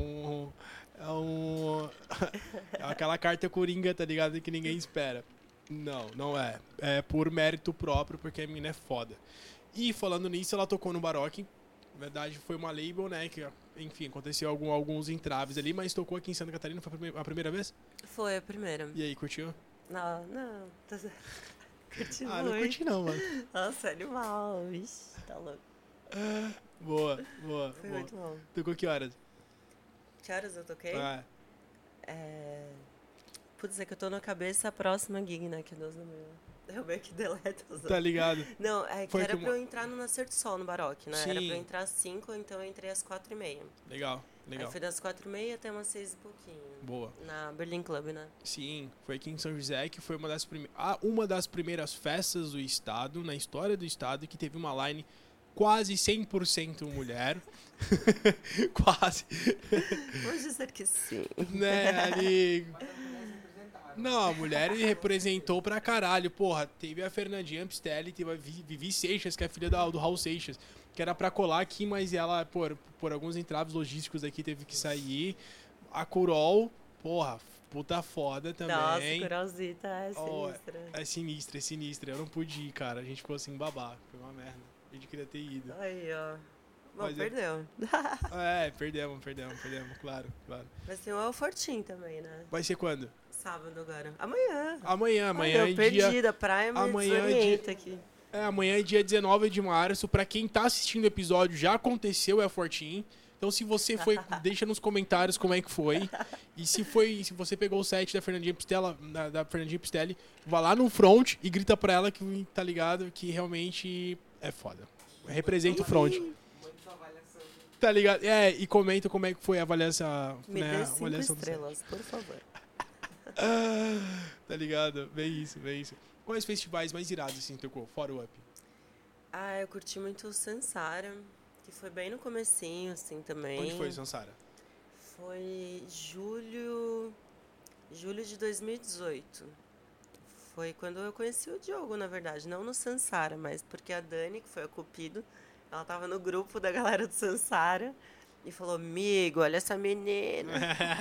Speaker 1: é aquela carta coringa, tá ligado? Que ninguém espera. Não é. É por mérito próprio, porque a mina é foda. E falando nisso, ela tocou no Baroque. Na verdade, foi uma label, né? Que, enfim, aconteceu alguns entraves ali, mas tocou aqui em Santa Catarina. Foi a primeira vez?
Speaker 2: Foi a primeira.
Speaker 1: E aí, curtiu?
Speaker 2: Não. Curti muito.
Speaker 1: Não curti não, mano.
Speaker 2: Nossa, animal. Vixe, tá louco.
Speaker 1: Boa.
Speaker 2: Foi muito bom.
Speaker 1: Tocou que horas?
Speaker 2: Que horas eu toquei? Putz, é que eu tô na cabeça a próxima gig, né? Que Deus não me... Eu meio que deleto os
Speaker 1: Tá ligado?
Speaker 2: Não, que era pra eu entrar no Nascer do Sol, no Baroque, né?
Speaker 1: Sim.
Speaker 2: Era pra eu entrar às 5, então eu entrei às 4h30.
Speaker 1: Legal.
Speaker 2: Aí foi das 4h30 até umas 6 e pouquinho.
Speaker 1: Boa.
Speaker 2: Na Berlin Club, né?
Speaker 1: Sim, foi aqui em São José, que foi uma das primeiras festas do estado, na história do estado, que teve uma line quase 100% mulher. Quase.
Speaker 2: Vamos dizer que sim.
Speaker 1: Né, ali... Não, a mulher representou pra caralho. Porra, teve a Fernandinha Pistelli, teve a Vivi Seixas, que é filha do Raul Seixas, que era pra colar aqui, mas ela, por alguns entraves logísticos aqui, teve que sair. A Curol, porra, puta foda também.
Speaker 2: Nossa, Coralzita é sinistra.
Speaker 1: É sinistra. Eu não pude ir, cara. A gente ficou assim, babá. Foi uma merda. A gente queria ter ido.
Speaker 2: Aí, ó. Bom, perdeu.
Speaker 1: Perdemos, claro.
Speaker 2: Vai ser o Fortim também, né?
Speaker 1: Vai ser quando?
Speaker 2: Sábado agora. Amanhã.
Speaker 1: Amanhã
Speaker 2: é perdida, praia me desorienta aqui.
Speaker 1: Amanhã é dia 19 de março. Pra quem tá assistindo o episódio, já aconteceu, é Fortim. Então, se você foi, deixa nos comentários como é que foi. E se você pegou o set da Fernandinha Pistelli, vá lá no front e grita pra ela que tá ligado, que realmente é foda. Representa o front. Tá ligado? E comenta como é que foi a avaliação.
Speaker 2: Me dê 5 estrelas, por favor.
Speaker 1: Tá ligado? Bem isso. Quais festivais mais irados, assim, tocou? Fora o Up.
Speaker 2: Eu curti muito o Sansara, que foi bem no comecinho, assim, também.
Speaker 1: Onde foi o Sansara?
Speaker 2: Foi julho de 2018. Foi quando eu conheci o Diogo, na verdade. Não no Sansara, mas porque a Dani, que foi a Cupido, ela tava no grupo da galera do Sansara e falou, amigo, olha essa menina.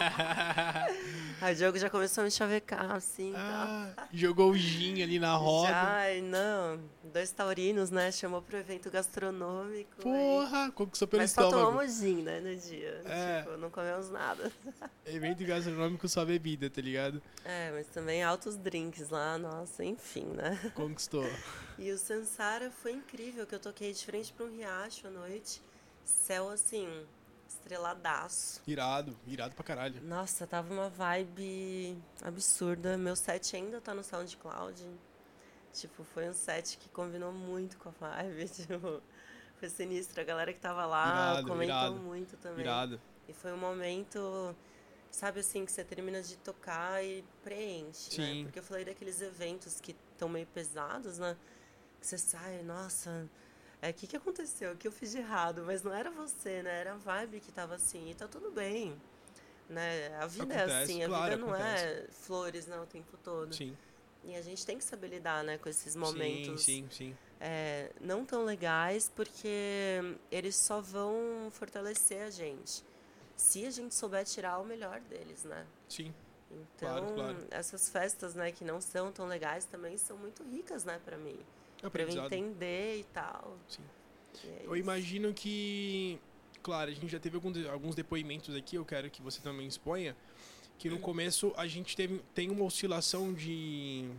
Speaker 2: Aí o Diogo já começou a me chavecar, assim.
Speaker 1: Jogou o gin ali na roda.
Speaker 2: Não. 2 taurinos, né? Chamou pro evento gastronômico.
Speaker 1: Porra, conquistou pelo
Speaker 2: mas
Speaker 1: estômago.
Speaker 2: Mas só tomamos gin, né, no dia. Tipo, não comemos nada.
Speaker 1: Evento gastronômico só bebida, tá ligado?
Speaker 2: Mas também altos drinks lá, nossa, enfim, né?
Speaker 1: Conquistou.
Speaker 2: E o Sansara foi incrível, que eu toquei de frente pra um riacho à noite. Céu, assim, estreladaço.
Speaker 1: Irado pra caralho.
Speaker 2: Nossa, tava uma vibe absurda. Meu set ainda tá no SoundCloud. Tipo, foi um set que combinou muito com a vibe. Tipo, foi sinistro. A galera que tava lá comentou muito também.
Speaker 1: Irado.
Speaker 2: E foi um momento, sabe assim, que você termina de tocar e preenche,
Speaker 1: Sim.
Speaker 2: né? Porque eu falei daqueles eventos que estão meio pesados, né? Que você sai, nossa... O que aconteceu? O que eu fiz de errado? Mas não era você, né? Era a vibe que tava assim. E tá tudo bem, né? A vida é assim. A vida não é flores, né? O tempo todo.
Speaker 1: Sim.
Speaker 2: E a gente tem que saber lidar, né? Com esses momentos.
Speaker 1: Sim.
Speaker 2: Não tão legais, porque eles só vão fortalecer a gente. Se a gente souber tirar o melhor deles, né?
Speaker 1: Sim.
Speaker 2: Então,
Speaker 1: claro.
Speaker 2: Essas festas, né? Que não são tão legais também são muito ricas, né? Pra mim. Pra eu entender e tal.
Speaker 1: Sim. Eu imagino que... Claro, a gente já teve alguns depoimentos aqui, eu quero que você também exponha, que no começo a gente tem uma oscilação de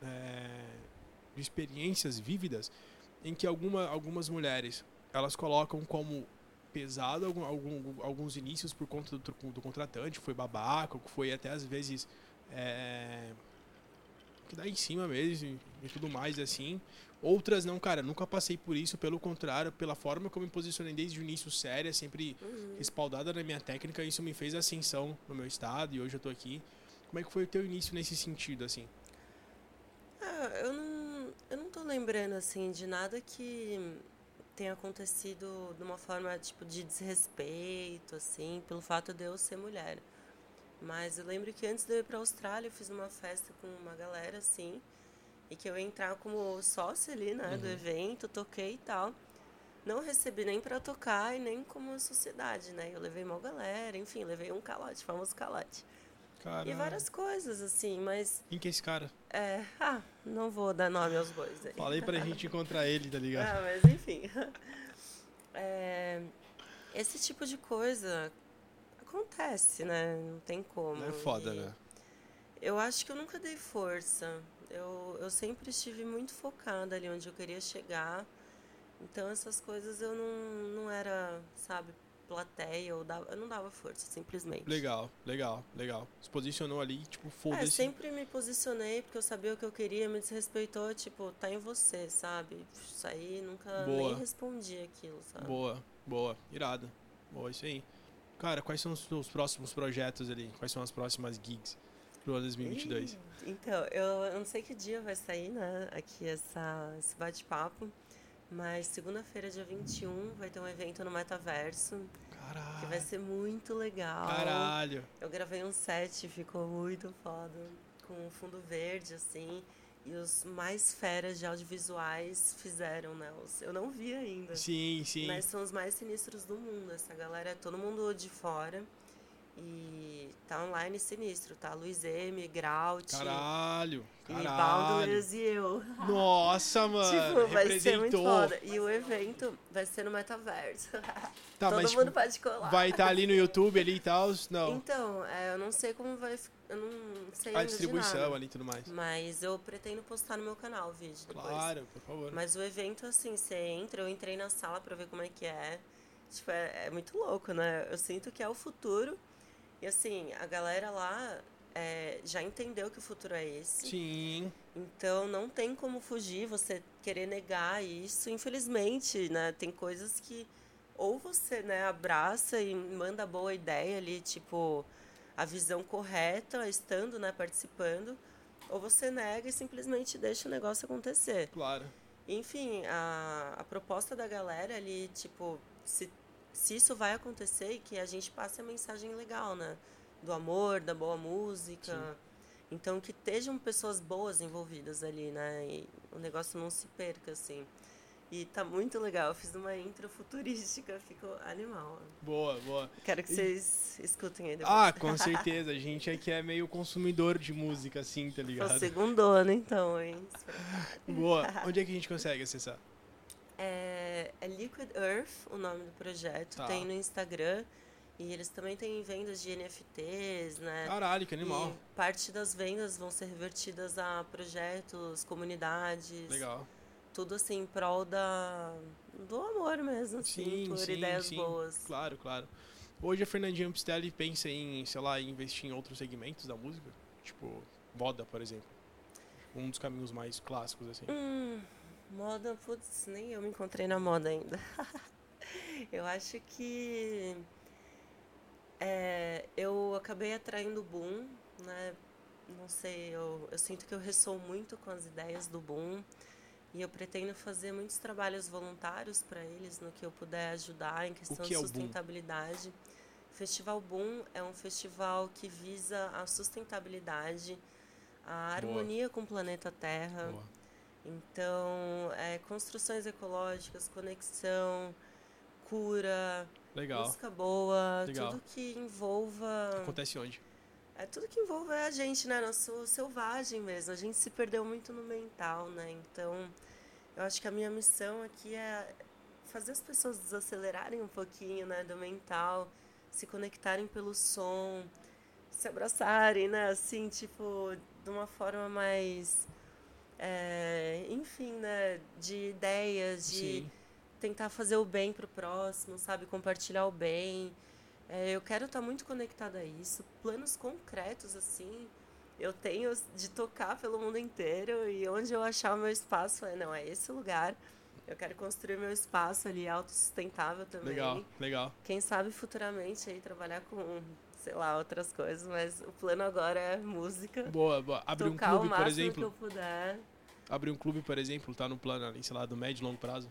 Speaker 1: experiências vívidas em que algumas mulheres, elas colocam como pesado alguns inícios por conta do contratante, foi babaca, que foi até às vezes... que dá em cima mesmo e tudo mais, assim. Outras não, cara, nunca passei por isso, pelo contrário, pela forma como eu me posicionei desde o início séria, sempre respaldada na minha técnica, isso me fez ascensão no meu estado e hoje eu tô aqui. Como é que foi o teu início nesse sentido, assim?
Speaker 2: Eu não tô lembrando, assim, de nada que tenha acontecido de uma forma, tipo, de desrespeito, assim, pelo fato de eu ser mulher. Mas eu lembro que antes de eu ir pra Austrália, eu fiz uma festa com uma galera, assim, e que eu ia entrar como sócia ali, né, do evento, toquei e tal. Não recebi nem pra tocar e nem como sociedade, né? Eu levei uma galera, enfim, levei um calote, famoso calote.
Speaker 1: Caralho.
Speaker 2: E várias coisas, assim, mas...
Speaker 1: Quem que é esse cara?
Speaker 2: Não vou dar nome aos bois aí.
Speaker 1: Falei pra gente encontrar ele, tá ligado?
Speaker 2: Mas enfim. Esse tipo de coisa... acontece, né? Não tem como.
Speaker 1: É foda, né?
Speaker 2: Eu acho que eu nunca dei força. Eu sempre estive muito focada ali onde eu queria chegar. Então, essas coisas eu não era, sabe, plateia. Eu não dava força, simplesmente.
Speaker 1: Legal. Se posicionou ali, tipo, foda-se.
Speaker 2: Sempre me posicionei porque eu sabia o que eu queria. Me desrespeitou, tipo, tá em você, sabe? Isso aí, nunca nem respondi aquilo, sabe?
Speaker 1: Boa. Irado. Boa, isso aí. Cara, quais são os seus próximos projetos ali? Quais são as próximas gigs pro ano 2022?
Speaker 2: Então, eu não sei que dia vai sair, né, aqui esse bate-papo, mas segunda-feira, dia 21, vai ter um evento no Metaverso.
Speaker 1: Caralho.
Speaker 2: Que vai ser muito legal.
Speaker 1: Caralho.
Speaker 2: Eu gravei um set, ficou muito foda, com fundo verde, assim, e os mais feras de audiovisuais fizeram, né? Eu não vi ainda.
Speaker 1: Sim.
Speaker 2: Mas são os mais sinistros do mundo. Essa galera é todo mundo de fora. E tá online sinistro, tá? Luiz M, Graut.
Speaker 1: Caralho.
Speaker 2: E Boundless e eu.
Speaker 1: Nossa, mano.
Speaker 2: Tipo, vai ser muito
Speaker 1: Representou.
Speaker 2: foda. E o evento vai ser no metaverso.
Speaker 1: Tá,
Speaker 2: Todo
Speaker 1: mas
Speaker 2: mundo
Speaker 1: tipo,
Speaker 2: pode colar.
Speaker 1: vai estar ali no YouTube ali e tal? Não.
Speaker 2: Então, eu não sei como vai. Eu não sei
Speaker 1: A
Speaker 2: ainda
Speaker 1: distribuição
Speaker 2: de nada,
Speaker 1: ali e tudo mais.
Speaker 2: mas eu pretendo postar no meu canal o vídeo depois.
Speaker 1: Claro, por favor.
Speaker 2: Mas o evento, assim, você entra, eu entrei na sala pra ver como é que é. Tipo, é muito louco, né? Eu sinto que é o futuro. E assim, a galera lá já entendeu que o futuro é esse.
Speaker 1: Sim.
Speaker 2: Então não tem como fugir, você querer negar isso. Infelizmente, né? Tem coisas que ou você, né, abraça e manda boa ideia ali, tipo, a visão correta, estando, né, participando, ou você nega e simplesmente deixa o negócio acontecer.
Speaker 1: Claro.
Speaker 2: Enfim, a proposta da galera ali, tipo, se isso vai acontecer e que a gente passe a mensagem legal, né? Do amor, da boa música. Sim. Então, que estejam pessoas boas envolvidas ali, né? E o negócio não se perca, assim. E tá muito legal. Eu fiz uma intro futurística, ficou animal.
Speaker 1: Boa, boa.
Speaker 2: Quero que vocês escutem aí depois.
Speaker 1: Ah, com certeza. A gente aqui é meio consumidor de música, assim, tá ligado?
Speaker 2: O segundo ano, então, hein?
Speaker 1: Boa. Onde é que a gente consegue acessar?
Speaker 2: É Liquid Earth, o nome do projeto. Tá. Tem no Instagram. E eles também têm vendas de NFTs, né?
Speaker 1: Caralho, que animal.
Speaker 2: E parte das vendas vão ser revertidas a projetos, comunidades.
Speaker 1: Legal.
Speaker 2: Tudo assim em prol do amor mesmo, assim, por ideias boas.
Speaker 1: Claro, claro. Hoje a Fernandinha Pistelli pensa em, sei lá, investir em outros segmentos da música? Tipo, moda, por exemplo. Um dos caminhos mais clássicos, assim.
Speaker 2: Moda, putz, nem eu me encontrei na moda ainda. Eu acho que eu acabei atraindo o Boom, né? Não sei, eu sinto que eu ressoo muito com as ideias do Boom. E eu pretendo fazer muitos trabalhos voluntários para eles, no que eu puder ajudar em questão de sustentabilidade. O Festival Boom é um festival que visa a sustentabilidade, a harmonia com o planeta Terra. Boa. Então, construções ecológicas, conexão, cura,
Speaker 1: legal.
Speaker 2: Música boa,
Speaker 1: legal.
Speaker 2: Tudo que envolva...
Speaker 1: Acontece onde?
Speaker 2: Tudo que envolva a gente, né? Nosso selvagem mesmo. A gente se perdeu muito no mental, né? Então, eu acho que a minha missão aqui é fazer as pessoas desacelerarem um pouquinho, né? Do mental, se conectarem pelo som, se abraçarem, né? Assim, tipo, de uma forma mais... enfim, né? De ideias, de
Speaker 1: Sim.
Speaker 2: tentar fazer o bem pro próximo, sabe? Compartilhar o bem. Eu quero estar muito conectada a isso. Planos concretos, assim, eu tenho de tocar pelo mundo inteiro. E onde eu achar o meu espaço, não, é esse lugar. Eu quero construir meu espaço ali autossustentável também.
Speaker 1: Legal, legal.
Speaker 2: Quem sabe futuramente aí trabalhar com, sei lá, outras coisas. Mas o plano agora é música.
Speaker 1: Boa, boa. Abrir um clube, por exemplo.
Speaker 2: Que eu puder.
Speaker 1: Abrir um clube, por exemplo, tá no plano ali, sei lá, do médio e longo prazo?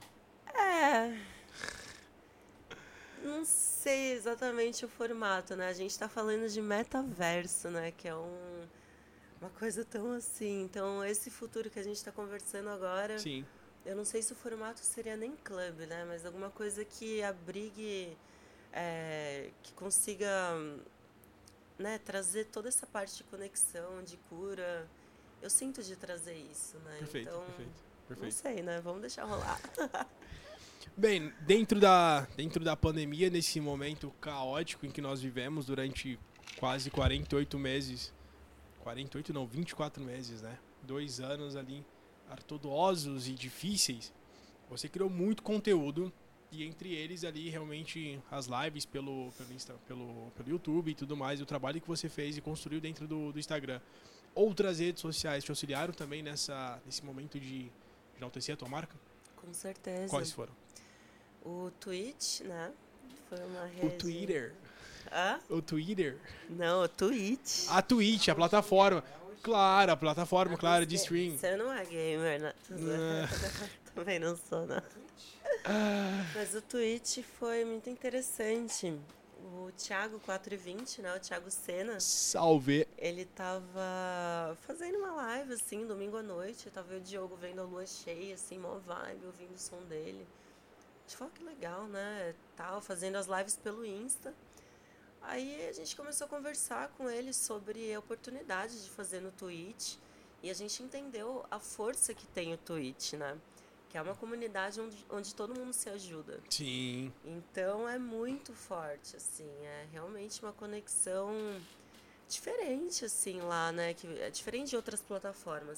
Speaker 2: Não sei exatamente o formato, né? A gente tá falando de metaverso, né? Que é uma coisa tão assim. Então, esse futuro que a gente tá conversando agora...
Speaker 1: Sim.
Speaker 2: Eu não sei se o formato seria nem clube, né? Mas alguma coisa que abrigue... que consiga, né? Trazer toda essa parte de conexão, de cura. Eu sinto de trazer isso, né?
Speaker 1: Perfeito,
Speaker 2: então,
Speaker 1: perfeito.
Speaker 2: Não sei, né? Vamos deixar rolar.
Speaker 1: Bem, dentro da pandemia, nesse momento caótico em que nós vivemos durante quase 48 meses, 48 não, 24 meses, né? 2 anos ali arduosos e difíceis, você criou muito conteúdo e entre eles ali realmente as lives pelo YouTube e tudo mais, o trabalho que você fez e construiu dentro do Instagram. Outras redes sociais te auxiliaram também nesse momento de enaltecer a tua marca?
Speaker 2: Com certeza.
Speaker 1: Quais foram?
Speaker 2: O Twitch, né? Foi uma rede...
Speaker 1: O Twitter.
Speaker 2: Hã?
Speaker 1: O Twitter.
Speaker 2: Não, o Twitch.
Speaker 1: A Twitch, a plataforma. Claro, a plataforma, claro, de stream.
Speaker 2: Você não é gamer, né? Também não sou, não. Mas o Twitch foi muito interessante. O Thiago 420, né? O Thiago Sena.
Speaker 1: Salve!
Speaker 2: Ele tava fazendo uma live, assim, domingo à noite. Tava o Diogo vendo a lua cheia, assim, mó vibe, ouvindo o som dele. A gente falou que legal, né? Tal, fazendo as lives pelo Insta. Aí a gente começou a conversar com ele sobre a oportunidade de fazer no Twitch. E a gente entendeu a força que tem o Twitch, né? Que é uma comunidade onde todo mundo se ajuda.
Speaker 1: Sim.
Speaker 2: Então é muito forte, assim. É realmente uma conexão diferente, assim, lá, né? Que é diferente de outras plataformas.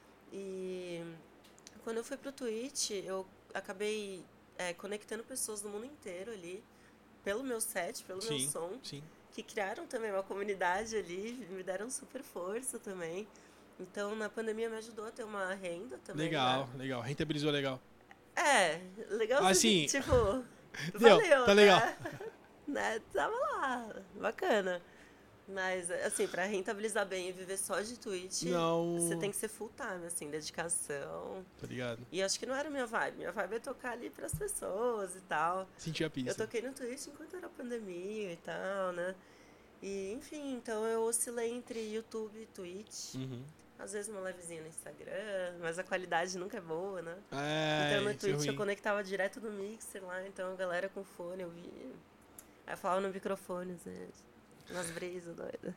Speaker 2: E quando eu fui pro Twitch, eu acabei conectando pessoas do mundo inteiro ali, pelo meu set, pelo meu som,
Speaker 1: sim.
Speaker 2: que criaram também uma comunidade ali, me deram super força também. Então, na pandemia me ajudou a ter uma renda também,
Speaker 1: Legal,
Speaker 2: né?
Speaker 1: legal. Rentabilizou legal.
Speaker 2: Legal,
Speaker 1: Assim,
Speaker 2: tipo,
Speaker 1: deu, tá
Speaker 2: valeu,
Speaker 1: legal.
Speaker 2: né? Tava lá, bacana. Mas, assim, pra rentabilizar bem e viver só de Twitch, você
Speaker 1: Não.
Speaker 2: tem que ser full time, assim, dedicação.
Speaker 1: Tá ligado?
Speaker 2: E acho que não era minha vibe. Minha vibe é tocar ali pras pessoas e tal.
Speaker 1: Senti a
Speaker 2: Eu
Speaker 1: pista.
Speaker 2: toquei no Twitch enquanto era pandemia e tal, né? E, enfim, então eu oscilei entre YouTube e Twitch.
Speaker 1: Uhum.
Speaker 2: Às vezes uma livezinha no Instagram, mas a qualidade nunca é boa, né? Então
Speaker 1: É,
Speaker 2: no
Speaker 1: isso é
Speaker 2: Twitch eu
Speaker 1: ruim.
Speaker 2: conectava direto do mixer lá, então a galera com fone eu via. Aí eu falava no microfone, assim, umas brisas doidas.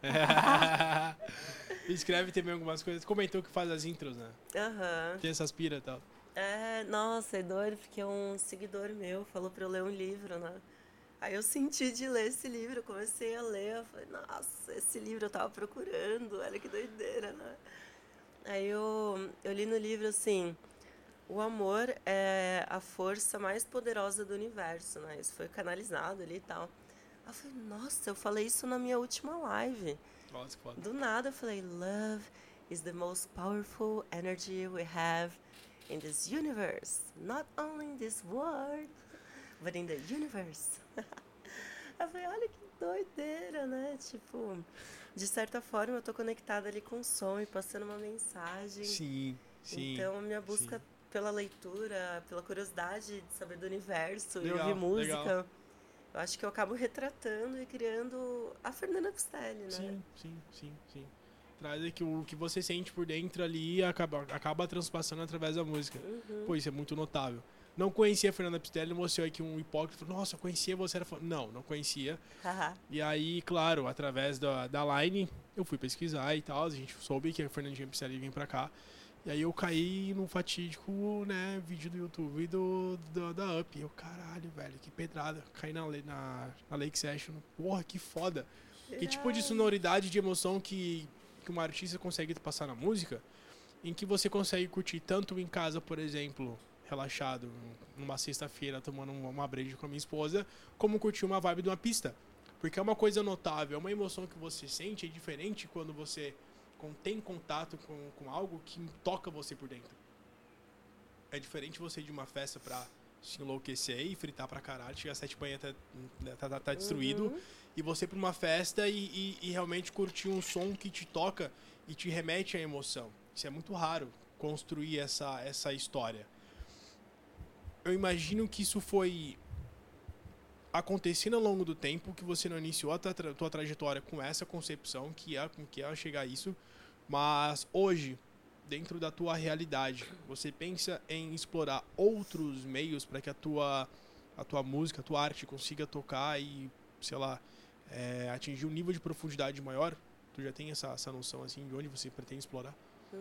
Speaker 1: Escreve também algumas coisas. Comentou que faz as intros, né?
Speaker 2: Aham.
Speaker 1: Tem essas pira e tal.
Speaker 2: Nossa, é doido, porque um seguidor meu falou pra eu ler um livro, né? Aí eu senti de ler esse livro, eu comecei a ler, eu falei, nossa, esse livro eu tava procurando, olha que doideira, né? Aí eu li no livro assim, o amor é a força mais poderosa do universo, né? Isso foi canalizado ali e tal. Aí eu falei, nossa, eu falei isso na minha última live.
Speaker 1: Nossa, que foda.
Speaker 2: Do nada eu falei, love is the most powerful energy we have in this universe. Not only in this world, but in the universe. Eu falei, olha que doideira, né? Tipo, de certa forma eu tô conectada ali com o som e passando uma mensagem.
Speaker 1: Sim, sim.
Speaker 2: Então a minha
Speaker 1: Sim.
Speaker 2: busca pela leitura, pela curiosidade de saber do universo e
Speaker 1: Legal,
Speaker 2: ouvir música,
Speaker 1: legal.
Speaker 2: eu acho que eu acabo retratando e criando a Fernanda Pistelli, né?
Speaker 1: Sim. Traz que o que você sente por dentro ali acaba transpassando através da música.
Speaker 2: Uhum.
Speaker 1: Pô, isso é muito notável. Não conhecia a Fernanda Pistelli, mostrou aqui um hipócrita. Falou, nossa, eu conhecia você. Era não conhecia. E aí, claro, através da Line, eu fui pesquisar e tal. A gente soube que a Fernandinha Pistelli vem pra cá. E aí eu caí num fatídico, né, vídeo do YouTube da Up. E eu, caralho, velho, que pedrada. Caí na Lake Session. Porra, que foda. Que tipo de sonoridade, de emoção que uma artista consegue passar na música, em que você consegue curtir tanto em casa, por exemplo, relaxado, numa sexta-feira, tomando uma breja com a minha esposa, como curtir uma vibe de uma pista. Porque é uma coisa notável, é uma emoção que você sente, é diferente quando você tem contato com algo que toca você por dentro. É diferente você ir de uma festa pra se enlouquecer e fritar pra caralho, chegar às 7 da manhã, tá destruído, e você ir pra uma festa e realmente curtir um som que te toca e te remete à emoção. Isso é muito raro, construir essa história. Eu imagino que isso foi acontecendo ao longo do tempo, que você não iniciou a tua trajetória com essa concepção, que é chegar a isso, mas hoje, dentro da tua realidade, você pensa em explorar outros meios para que a tua música, a tua arte consiga tocar e, sei lá, atingir um nível de profundidade maior? Tu já tem essa noção assim de onde você pretende explorar?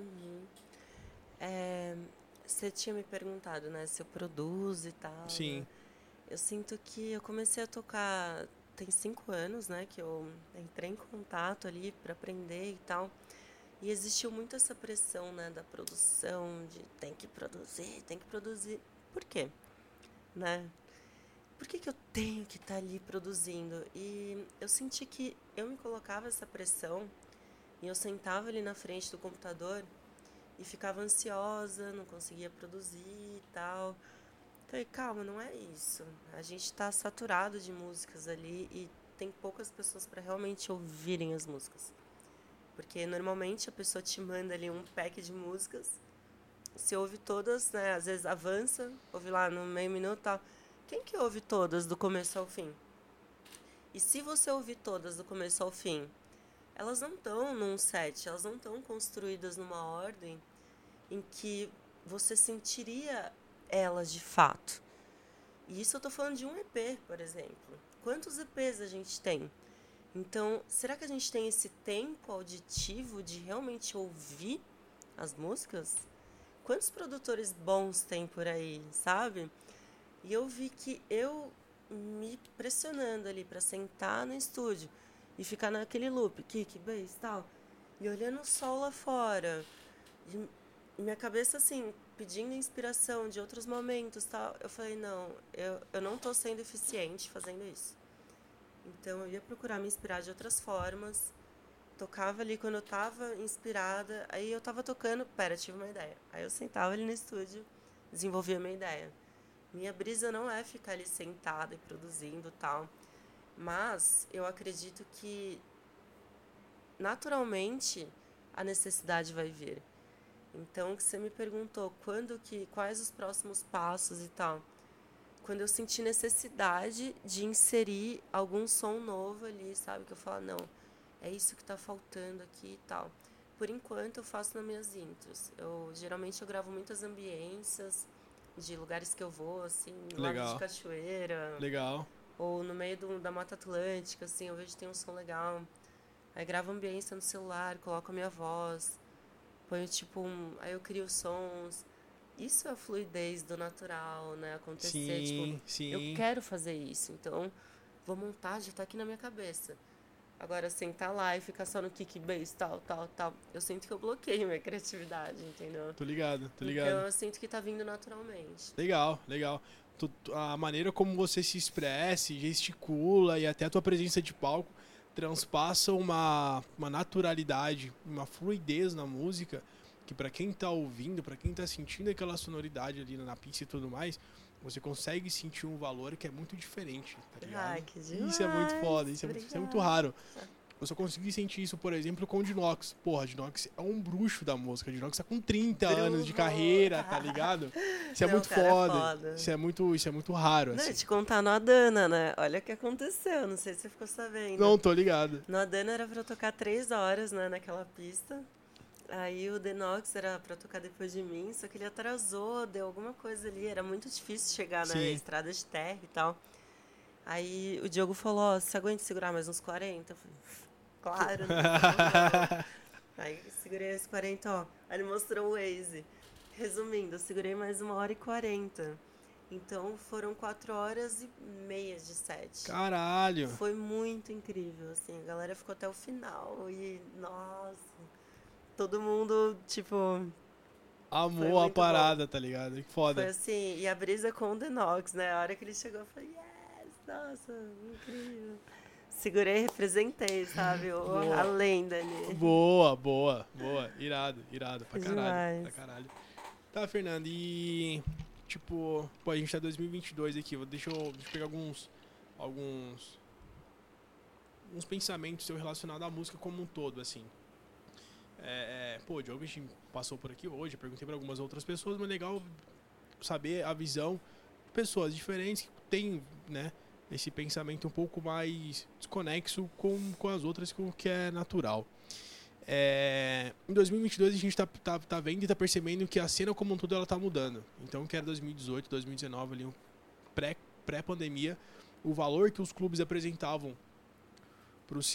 Speaker 2: Você tinha me perguntado, né, se eu produzo e tal.
Speaker 1: Sim.
Speaker 2: Né? Eu sinto que eu comecei a tocar tem 5 anos, né, que eu entrei em contato ali para aprender e tal. E existiu muito essa pressão, né, da produção, de tem que produzir. Por quê? Né? Por que eu tenho que estar ali produzindo? E eu senti que eu me colocava essa pressão e eu sentava ali na frente do computador e ficava ansiosa, não conseguia produzir e tal. Falei, calma, não é isso. A gente está saturado de músicas ali e tem poucas pessoas para realmente ouvirem as músicas. Porque normalmente a pessoa te manda ali um pack de músicas, você ouve todas, né? Às vezes avança, ouve lá no meio minuto e tal. Quem que ouve todas do começo ao fim? E se você ouvir todas do começo ao fim, elas não estão num set, elas não estão construídas numa ordem em que você sentiria elas de fato. E isso eu tô falando de um EP, por exemplo. Quantos EPs a gente tem? Então, será que a gente tem esse tempo auditivo de realmente ouvir as músicas? Quantos produtores bons tem por aí, sabe? E eu vi que eu me pressionando ali para sentar no estúdio e ficar naquele loop, kick, bass, tal, e olhando o sol lá fora, e minha cabeça assim, pedindo inspiração de outros momentos, tal, eu falei, não, eu não tô sendo eficiente fazendo isso. Então eu ia procurar me inspirar de outras formas, tocava ali quando eu tava inspirada, aí eu tava tocando, tive uma ideia. Aí eu sentava ali no estúdio, desenvolvia a minha ideia. Minha brisa não é ficar ali sentada e produzindo tal, mas eu acredito que naturalmente a necessidade vai vir. Então, que você me perguntou quais os próximos passos e tal. Quando eu senti necessidade de inserir algum som novo ali, sabe? Que eu falo, não, é isso que tá faltando aqui e tal. Por enquanto, eu faço nas minhas intros. Geralmente eu gravo muitas ambiências de lugares que eu vou, assim, lado de cachoeira.
Speaker 1: Legal.
Speaker 2: Ou no meio da Mata Atlântica, assim, eu vejo que tem um som legal. Aí gravo ambiência no celular, coloco a minha voz, ponho tipo aí eu crio sons. Isso é a fluidez do natural, né? Acontecer,
Speaker 1: sim.
Speaker 2: Eu quero fazer isso, então vou montar, já tá aqui na minha cabeça. Agora, sentar lá e ficar só no kick bass, tal, eu sinto que eu bloqueio minha criatividade, entendeu?
Speaker 1: Tô ligado.
Speaker 2: Então eu sinto que tá vindo naturalmente.
Speaker 1: Legal. A maneira como você se expressa, gesticula e até a tua presença de palco transpassa uma naturalidade, uma fluidez na música que para quem tá ouvindo, para quem tá sentindo aquela sonoridade ali na pista e tudo mais, você consegue sentir um valor que é muito diferente, tá ligado?
Speaker 2: Ai, que demais.
Speaker 1: Isso é muito foda, isso é muito raro. Eu só consegui sentir isso, por exemplo, com o Dinox. Porra, Dinox é um bruxo da música. O Dinox tá com 30 anos de carreira, tá ligado? Isso é muito foda. Isso é muito raro,
Speaker 2: não,
Speaker 1: assim.
Speaker 2: Te contar no Adana, né? Olha o que aconteceu, não sei se você ficou sabendo.
Speaker 1: Não, tô ligado.
Speaker 2: No Adana era pra eu tocar 3 horas, né, naquela pista. Aí o Denox era pra tocar depois de mim, só que ele atrasou, deu alguma coisa ali. Era muito difícil chegar na estrada de terra e tal. Aí o Diogo falou, você aguenta segurar mais uns 40? Eu falei, claro, não. Aí segurei os 40, ó. Aí ele mostrou o Waze. Resumindo, eu segurei mais 1h40. Então foram 4h30 de set.
Speaker 1: Caralho!
Speaker 2: Foi muito incrível, assim. A galera ficou até o final e, nossa, todo mundo, tipo...
Speaker 1: Amou a parada, bom. Tá ligado? Que foda.
Speaker 2: Foi assim, e a brisa com o Denox, né? A hora que ele chegou, eu falei, yes, nossa, incrível. Segurei, representei, sabe? A lenda ali.
Speaker 1: Boa. Irado pra caralho. Tá, Fernanda, e... Tipo, pô, a gente tá em 2022 aqui. Deixa eu pegar alguns pensamentos seu relacionados à música como um todo, assim. Pô, o Diogo, a gente passou por aqui hoje, perguntei para algumas outras pessoas, mas é legal saber a visão de pessoas diferentes que têm, né, esse pensamento um pouco mais desconexo com as outras, com o que é natural. Em 2022 a gente tá vendo e tá percebendo que a cena como um todo ela tá mudando. Então, que era 2018, 2019, ali, pré-pandemia, o valor que os clubes apresentavam para os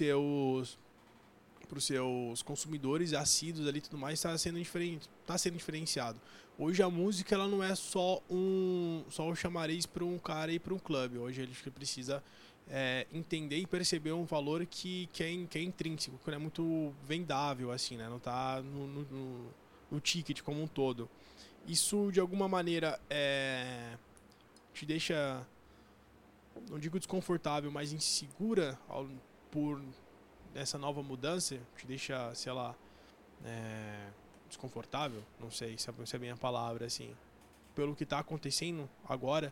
Speaker 1: seus consumidores assíduos ali e tudo mais está sendo diferenciado. Hoje a música ela não é só um chamariz para um cara e para um clube. Hoje a gente precisa entender e perceber um valor que é intrínseco, que não é muito vendável, assim, né? Não está no ticket como um todo. Isso de alguma maneira te deixa, não digo desconfortável, mas insegura por essa nova mudança, te deixa, sei lá, desconfortável, não sei se é bem a palavra, assim, pelo que está acontecendo agora.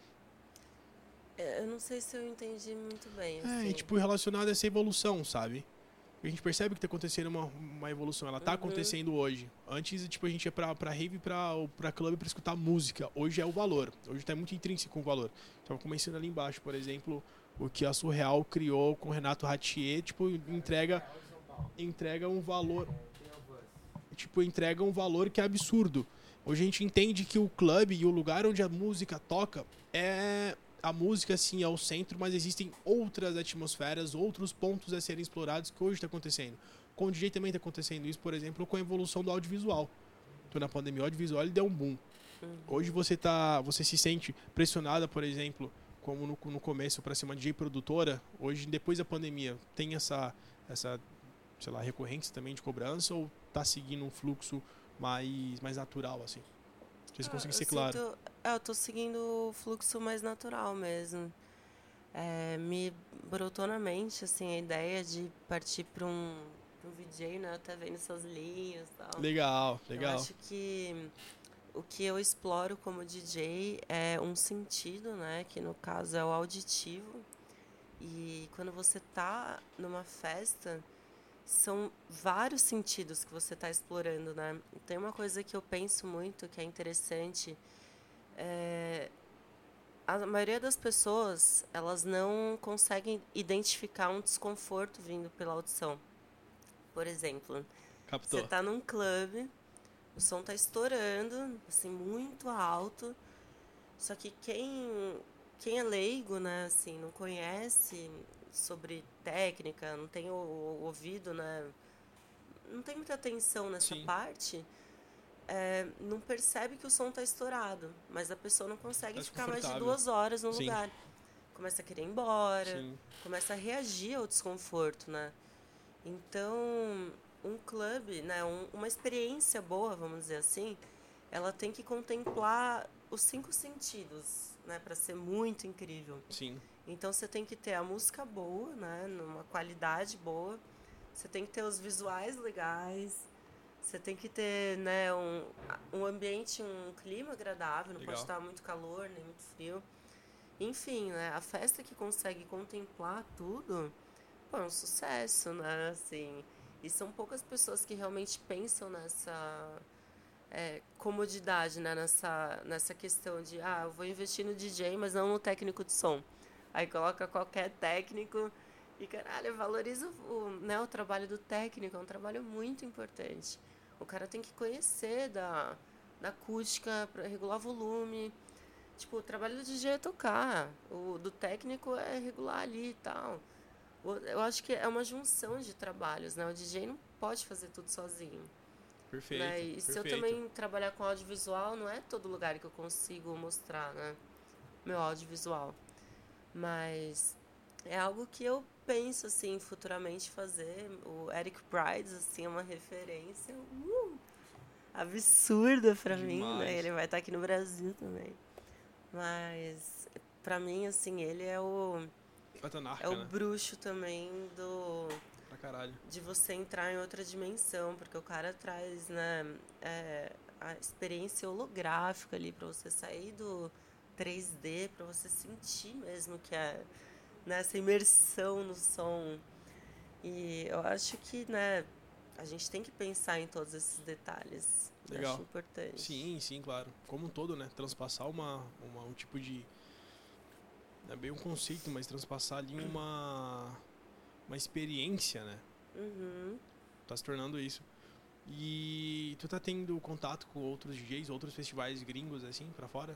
Speaker 2: Eu não sei se eu entendi muito bem. Assim.
Speaker 1: Tipo, relacionado a essa evolução, sabe? A gente percebe que está acontecendo uma evolução, ela está acontecendo hoje. Antes, tipo, a gente ia pra rave, pra clube pra escutar música. Hoje é o valor, hoje tá muito intrínseco com o valor. Tava começando ali embaixo, por exemplo, o que a Surreal criou com o Renato Ratier, tipo, entrega um valor. Tipo, entrega um valor que é absurdo. Hoje a gente entende que o clube e o lugar onde a música toca é a música, sim, é o centro, mas existem outras atmosferas, outros pontos a serem explorados que hoje está acontecendo. Com o DJ também está acontecendo isso, por exemplo, com a evolução do audiovisual. Então, na pandemia, o audiovisual ele deu um boom. Hoje você se sente pressionada, por exemplo, como no começo, para ser uma DJ produtora. Hoje, depois da pandemia, tem essa sei lá, recorrência também de cobrança ou tá seguindo um fluxo mais natural, assim? Não sei se consegue ser claro.
Speaker 2: Eu tô seguindo o fluxo mais natural mesmo. Me brotou na mente, assim, a ideia de partir para um VJ, né? Até vendo seus linhos e tal.
Speaker 1: Legal.
Speaker 2: Eu acho que o que eu exploro como DJ é um sentido, né? Que no caso é o auditivo. E quando você tá numa festa, são vários sentidos que você está explorando, né? Tem uma coisa que eu penso muito, que é interessante. A maioria das pessoas, elas não conseguem identificar um desconforto vindo pela audição. Por exemplo, você
Speaker 1: Captou.
Speaker 2: está num clube, o som está estourando, assim, muito alto. Só que quem é leigo, né, assim, não conhece sobre técnica, não tem o ouvido, né, não tem muita atenção nessa
Speaker 1: Sim.
Speaker 2: parte, não percebe que o som está estourado, mas a pessoa não consegue ficar mais de 2 horas no lugar. Começa a querer ir embora,
Speaker 1: Sim.
Speaker 2: começa a reagir ao desconforto, né? Então, um clube, né, uma experiência boa, vamos dizer assim, ela tem que contemplar os 5 sentidos, né, para ser muito incrível.
Speaker 1: Sim.
Speaker 2: Então, você tem que ter a música boa, né, numa qualidade boa. Você tem que ter os visuais legais. Você tem que ter, né, um ambiente, um clima agradável. Não pode estar muito calor, nem muito frio. Enfim, né, a festa que consegue contemplar tudo, pô, é um sucesso, né, assim. E são poucas pessoas que realmente pensam nessa comodidade, né, nessa questão de, eu vou investir no DJ, mas não no técnico de som. Aí coloca qualquer técnico e, caralho, valoriza o trabalho do técnico, é um trabalho muito importante. O cara tem que conhecer da acústica para regular volume. Tipo, o trabalho do DJ é tocar, o do técnico é regular ali e tal. Eu acho que é uma junção de trabalhos, né? O DJ não pode fazer tudo sozinho.
Speaker 1: Perfeito.
Speaker 2: Né? E se eu também trabalhar com audiovisual, não é todo lugar que eu consigo mostrar, né? Meu audiovisual. Mas é algo que eu penso, assim, futuramente fazer. O Eric Prydz, assim, é uma referência absurda pra mim, né? Ele vai estar aqui no Brasil também. Mas, pra mim, assim, ele é o
Speaker 1: né?
Speaker 2: bruxo também
Speaker 1: pra caralho.
Speaker 2: de você entrar em outra dimensão, porque o cara traz, né, a experiência holográfica ali pra você sair do 3D, pra você sentir mesmo que é nessa imersão no som. E eu acho que, né, a gente tem que pensar em todos esses detalhes.
Speaker 1: Legal.
Speaker 2: Eu acho importante.
Speaker 1: Sim, claro. Como um todo, né? Transpassar um tipo de... Não é bem um conceito, mas transpassar ali uma experiência, né? Tá se tornando isso. E tu tá tendo contato com outros DJs, outros festivais gringos, assim, pra fora?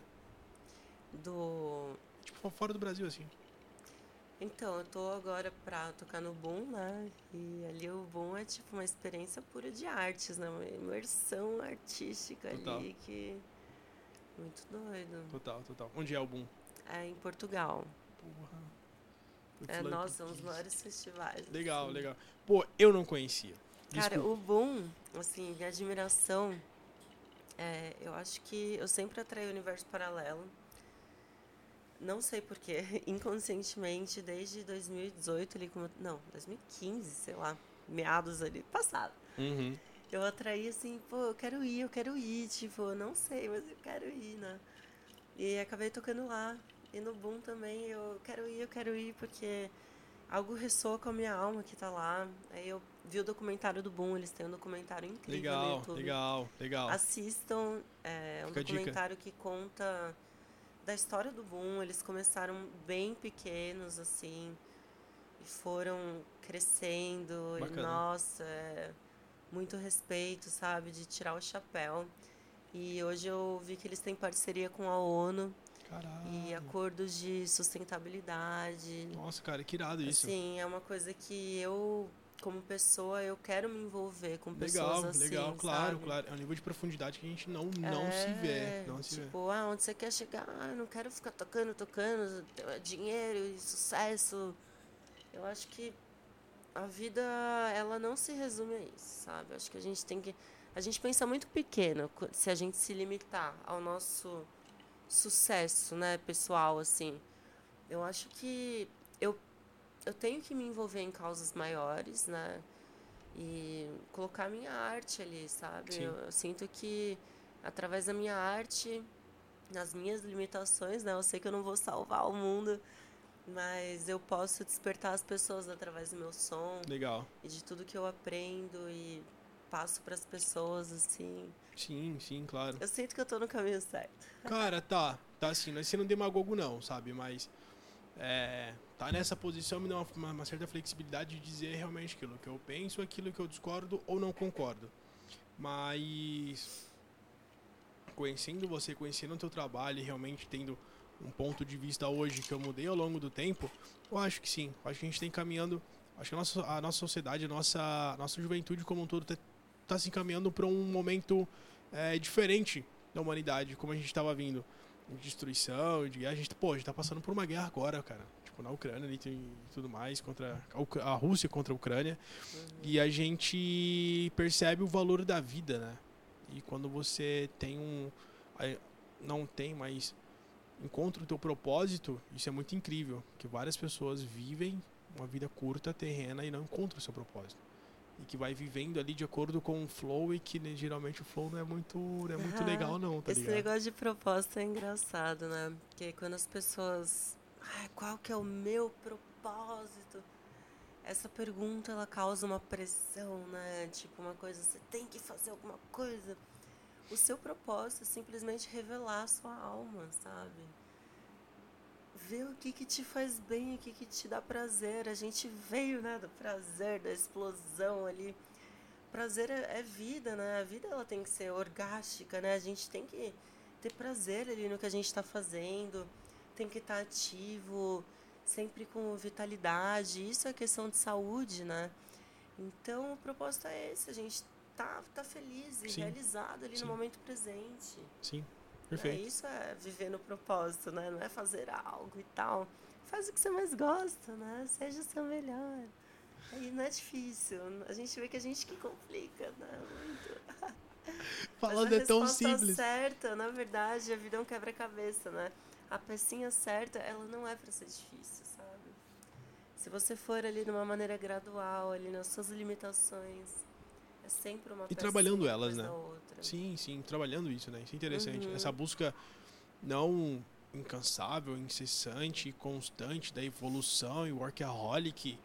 Speaker 1: Tipo, fora do Brasil, assim.
Speaker 2: Então, eu tô agora pra tocar no Boom, né? E ali o Boom é tipo uma experiência pura de artes, né? Uma imersão artística ali que... Muito doido.
Speaker 1: Total. Onde é o Boom?
Speaker 2: É em Portugal.
Speaker 1: Porra.
Speaker 2: Nossa, um dos maiores festivais.
Speaker 1: Legal,
Speaker 2: assim.
Speaker 1: legal. Pô, eu não conhecia.
Speaker 2: Cara, o Boom, assim, minha admiração, eu acho que eu sempre atraí o universo paralelo. Não sei porquê, inconscientemente, desde 2018, ali, 2015, sei lá, meados ali, passado. Eu atraí assim, pô, eu quero ir, tipo, eu não sei, mas eu quero ir, né? E acabei tocando lá. E no Boom também, eu quero ir, porque algo ressoa com a minha alma que tá lá. Aí eu vi o documentário do Boom, eles têm um documentário incrível no YouTube.
Speaker 1: Legal.
Speaker 2: Assistam, é um documentário que conta da história do Boom. Eles começaram bem pequenos, assim, e foram crescendo.
Speaker 1: Bacana.
Speaker 2: E, nossa, muito respeito, sabe, de tirar o chapéu. E hoje eu vi que eles têm parceria com a ONU.
Speaker 1: Caralho.
Speaker 2: E acordos de sustentabilidade.
Speaker 1: Nossa, cara, que irado isso.
Speaker 2: Sim, é uma coisa que eu, como pessoa, eu quero me envolver com pessoas assim,
Speaker 1: Legal, claro,
Speaker 2: sabe?
Speaker 1: claro. É um nível de profundidade que a gente não se vê. Não se vê.
Speaker 2: Tipo, onde você quer chegar? Eu não quero ficar tocando, dinheiro e sucesso. Eu acho que a vida, ela não se resume a isso, sabe? Eu acho que a gente tem que... A gente pensa muito pequeno se a gente se limitar ao nosso sucesso, né, pessoal, assim. Eu acho que eu tenho que me envolver em causas maiores, né? E colocar minha arte ali, sabe? Eu sinto que através da minha arte, nas minhas limitações, né? Eu sei que eu não vou salvar o mundo, mas eu posso despertar as pessoas através do meu som.
Speaker 1: Legal.
Speaker 2: E de tudo que eu aprendo e passo para as pessoas, assim.
Speaker 1: Sim, claro.
Speaker 2: Eu sinto que eu tô no caminho certo.
Speaker 1: Cara, tá assim, não é sendo demagogo não, sabe? Mas tá nessa posição me dá uma certa flexibilidade de dizer realmente aquilo que eu penso, aquilo que eu discordo ou não concordo. Mas conhecendo você, conhecendo o teu trabalho e realmente tendo um ponto de vista hoje que eu mudei ao longo do tempo, eu acho que sim. Eu acho que a gente está encaminhando, acho que a nossa sociedade, a nossa juventude como um todo tá se encaminhando para um momento diferente da humanidade, como a gente estava vindo. De destruição, de guerra. A gente tá passando por uma guerra agora, cara. Tipo, na Ucrânia e tudo mais, contra a Rússia contra a Ucrânia. E a gente percebe o valor da vida, né? E quando você tem não tem, mas encontra o teu propósito, isso é muito incrível. Que várias pessoas vivem uma vida curta, terrena, e não encontram o seu propósito. E que vai vivendo ali de acordo com o flow, e que né, geralmente o flow não é muito legal não, tá ligado?
Speaker 2: Esse negócio de propósito é engraçado, né? Porque quando as pessoas... qual que é o meu propósito? Essa pergunta, ela causa uma pressão, né? Tipo, uma coisa, você tem que fazer alguma coisa. O seu propósito é simplesmente revelar a sua alma, sabe? Ver o que te faz bem, o que te dá prazer. A gente veio, né, do prazer, da explosão ali. Prazer é vida, né? A vida, ela tem que ser orgástica, né? A gente tem que ter prazer ali no que a gente está fazendo. Tem que estar ativo, sempre com vitalidade. Isso é questão de saúde, né? Então, o propósito é esse. A gente tá feliz e realizado ali no momento presente.
Speaker 1: Sim. Perfeito.
Speaker 2: Isso é viver no propósito, né? Não é fazer algo e tal. Faz o que você mais gosta, né? Seja o seu melhor. Aí não é difícil. A gente vê que a gente que complica, né? Muito.
Speaker 1: Falando é tão simples.
Speaker 2: A resposta certa, na verdade, a vida é um quebra-cabeça, né? A pecinha certa, ela não é pra ser difícil, sabe? Se você for ali de uma maneira gradual, ali nas suas limitações, é sempre uma
Speaker 1: e trabalhando elas,
Speaker 2: coisa
Speaker 1: né?
Speaker 2: da outra.
Speaker 1: Sim, trabalhando isso, né? Isso é interessante. Essa busca não incansável, incessante, constante da evolução e workaholic.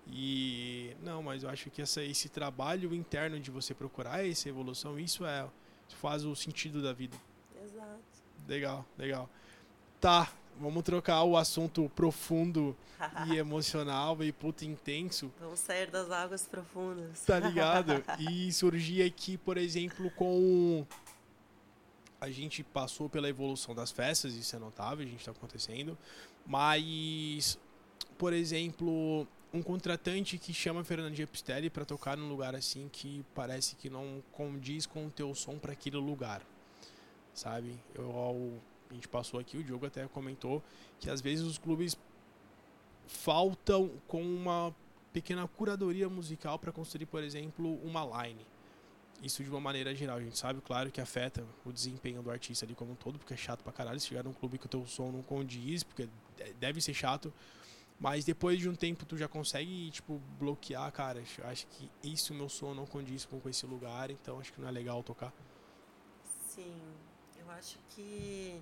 Speaker 1: E não, mas eu acho que esse trabalho interno de você procurar essa evolução, isso faz o sentido da vida.
Speaker 2: Exato.
Speaker 1: Legal. Tá, vamos trocar o assunto profundo e emocional e puta intenso.
Speaker 2: Vamos sair das águas profundas.
Speaker 1: Tá ligado? E surgir aqui, por exemplo, com... A gente passou pela evolução das festas, isso é notável, a gente tá acontecendo. Mas, por exemplo, um contratante que chama Fernandinha Pistelli pra tocar num lugar assim que parece que não condiz com o teu som pra aquele lugar. Sabe? A gente passou aqui, o Diogo até comentou que às vezes os clubes faltam com uma pequena curadoria musical para construir, por exemplo, uma line. Isso de uma maneira geral. A gente sabe, claro, que afeta o desempenho do artista ali como um todo, porque é chato pra caralho se chegar num clube que o teu som não condiz, porque deve ser chato. Mas depois de um tempo tu já consegue, tipo, bloquear, cara. Eu acho que isso, meu som não condiz com esse lugar, então acho que não é legal tocar.
Speaker 2: Sim, eu acho que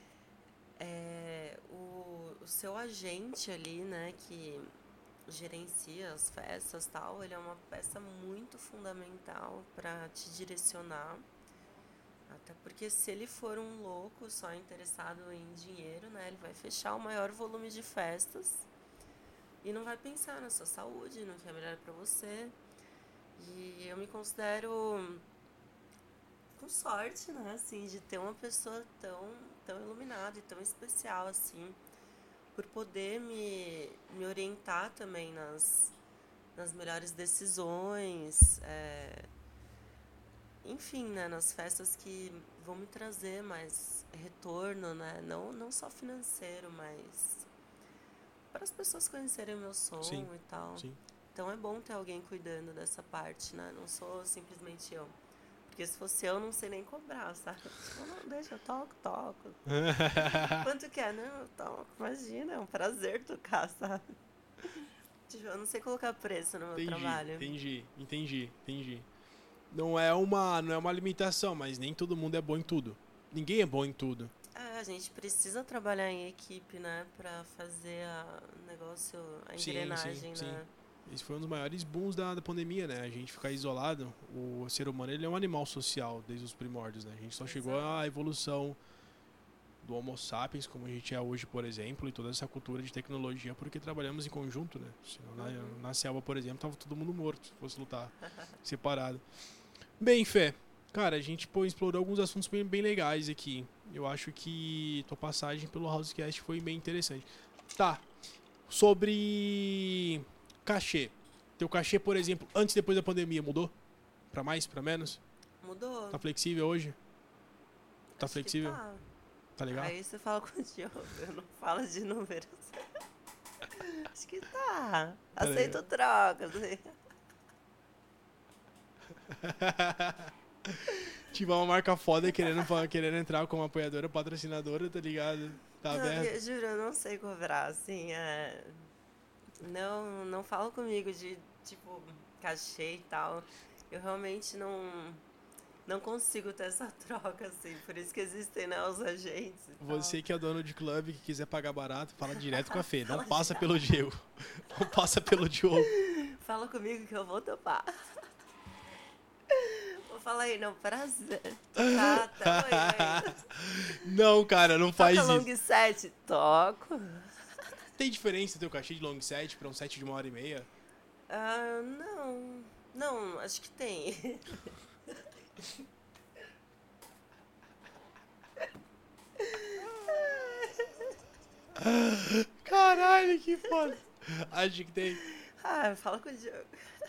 Speaker 2: o seu agente ali, né, que gerencia as festas e tal, ele é uma peça muito fundamental para te direcionar. Até porque se ele for um louco só interessado em dinheiro, né, ele vai fechar o maior volume de festas e não vai pensar na sua saúde, no que é melhor para você. E eu me considero com sorte, né, assim, de ter uma pessoa tão iluminada e tão especial, assim, por poder me orientar também nas melhores decisões, enfim, né, nas festas que vão me trazer mais retorno, né, não só financeiro, mas para as pessoas conhecerem o meu som
Speaker 1: Sim,
Speaker 2: e tal.
Speaker 1: sim.
Speaker 2: Então é bom ter alguém cuidando dessa parte, né, não sou simplesmente eu. Porque se fosse eu, não sei nem cobrar, sabe? Tipo, não, deixa, eu toco. Quanto que é? Não, eu toco, imagina, é um prazer tocar, sabe? Tipo, eu não sei colocar preço no meu trabalho.
Speaker 1: Entendi. Não é uma limitação, mas nem todo mundo é bom em tudo. Ninguém é bom em tudo.
Speaker 2: A gente precisa trabalhar em equipe, né? Pra fazer o negócio, a engrenagem,
Speaker 1: Sim.
Speaker 2: né?
Speaker 1: Esse foi um dos maiores booms da pandemia, né? A gente ficar isolado. O ser humano, ele é um animal social desde os primórdios, né? A gente só chegou à evolução do Homo sapiens, como a gente é hoje, por exemplo, e toda essa cultura de tecnologia, porque trabalhamos em conjunto, né? Senão, na selva, por exemplo, tava todo mundo morto, se fosse lutar separado. Bem, Fê, cara, a gente explorou alguns assuntos bem legais aqui. Eu acho que tua passagem pelo Housecast foi bem interessante. Tá, sobre cachê. Teu cachê, por exemplo, antes e depois da pandemia, mudou? Pra mais, pra menos?
Speaker 2: Mudou.
Speaker 1: Tá flexível hoje? Tá
Speaker 2: Acho
Speaker 1: flexível?
Speaker 2: que tá.
Speaker 1: Tá legal?
Speaker 2: Aí você fala com o Diogo, eu não falo de números. Acho que tá. Aceito trocas.
Speaker 1: Tive uma marca foda querendo entrar como apoiadora, patrocinadora, tá ligado? Tá
Speaker 2: Não,
Speaker 1: aberto.
Speaker 2: juro, eu não sei cobrar, assim, não fala comigo de, tipo, cachê e tal. Eu realmente não consigo ter essa troca, assim. Por isso que existem, né, os agentes e
Speaker 1: Você
Speaker 2: tal.
Speaker 1: que é dono de clube, que quiser pagar barato, fala direto com a Fê. Não
Speaker 2: Fala
Speaker 1: passa
Speaker 2: direto.
Speaker 1: pelo Diego. Não passa pelo Diogo.
Speaker 2: Fala comigo que eu vou topar. Vou falar aí, não, prazer. Tocar, tamo aí ainda.
Speaker 1: Não, cara, não
Speaker 2: Toca
Speaker 1: faz
Speaker 2: long
Speaker 1: isso.
Speaker 2: set? Toco.
Speaker 1: Tem diferença teu cachê de long set pra um set de 1h30?
Speaker 2: Ah, não. Não, acho que tem.
Speaker 1: Caralho, que foda. Acho que tem.
Speaker 2: Fala com o Diogo.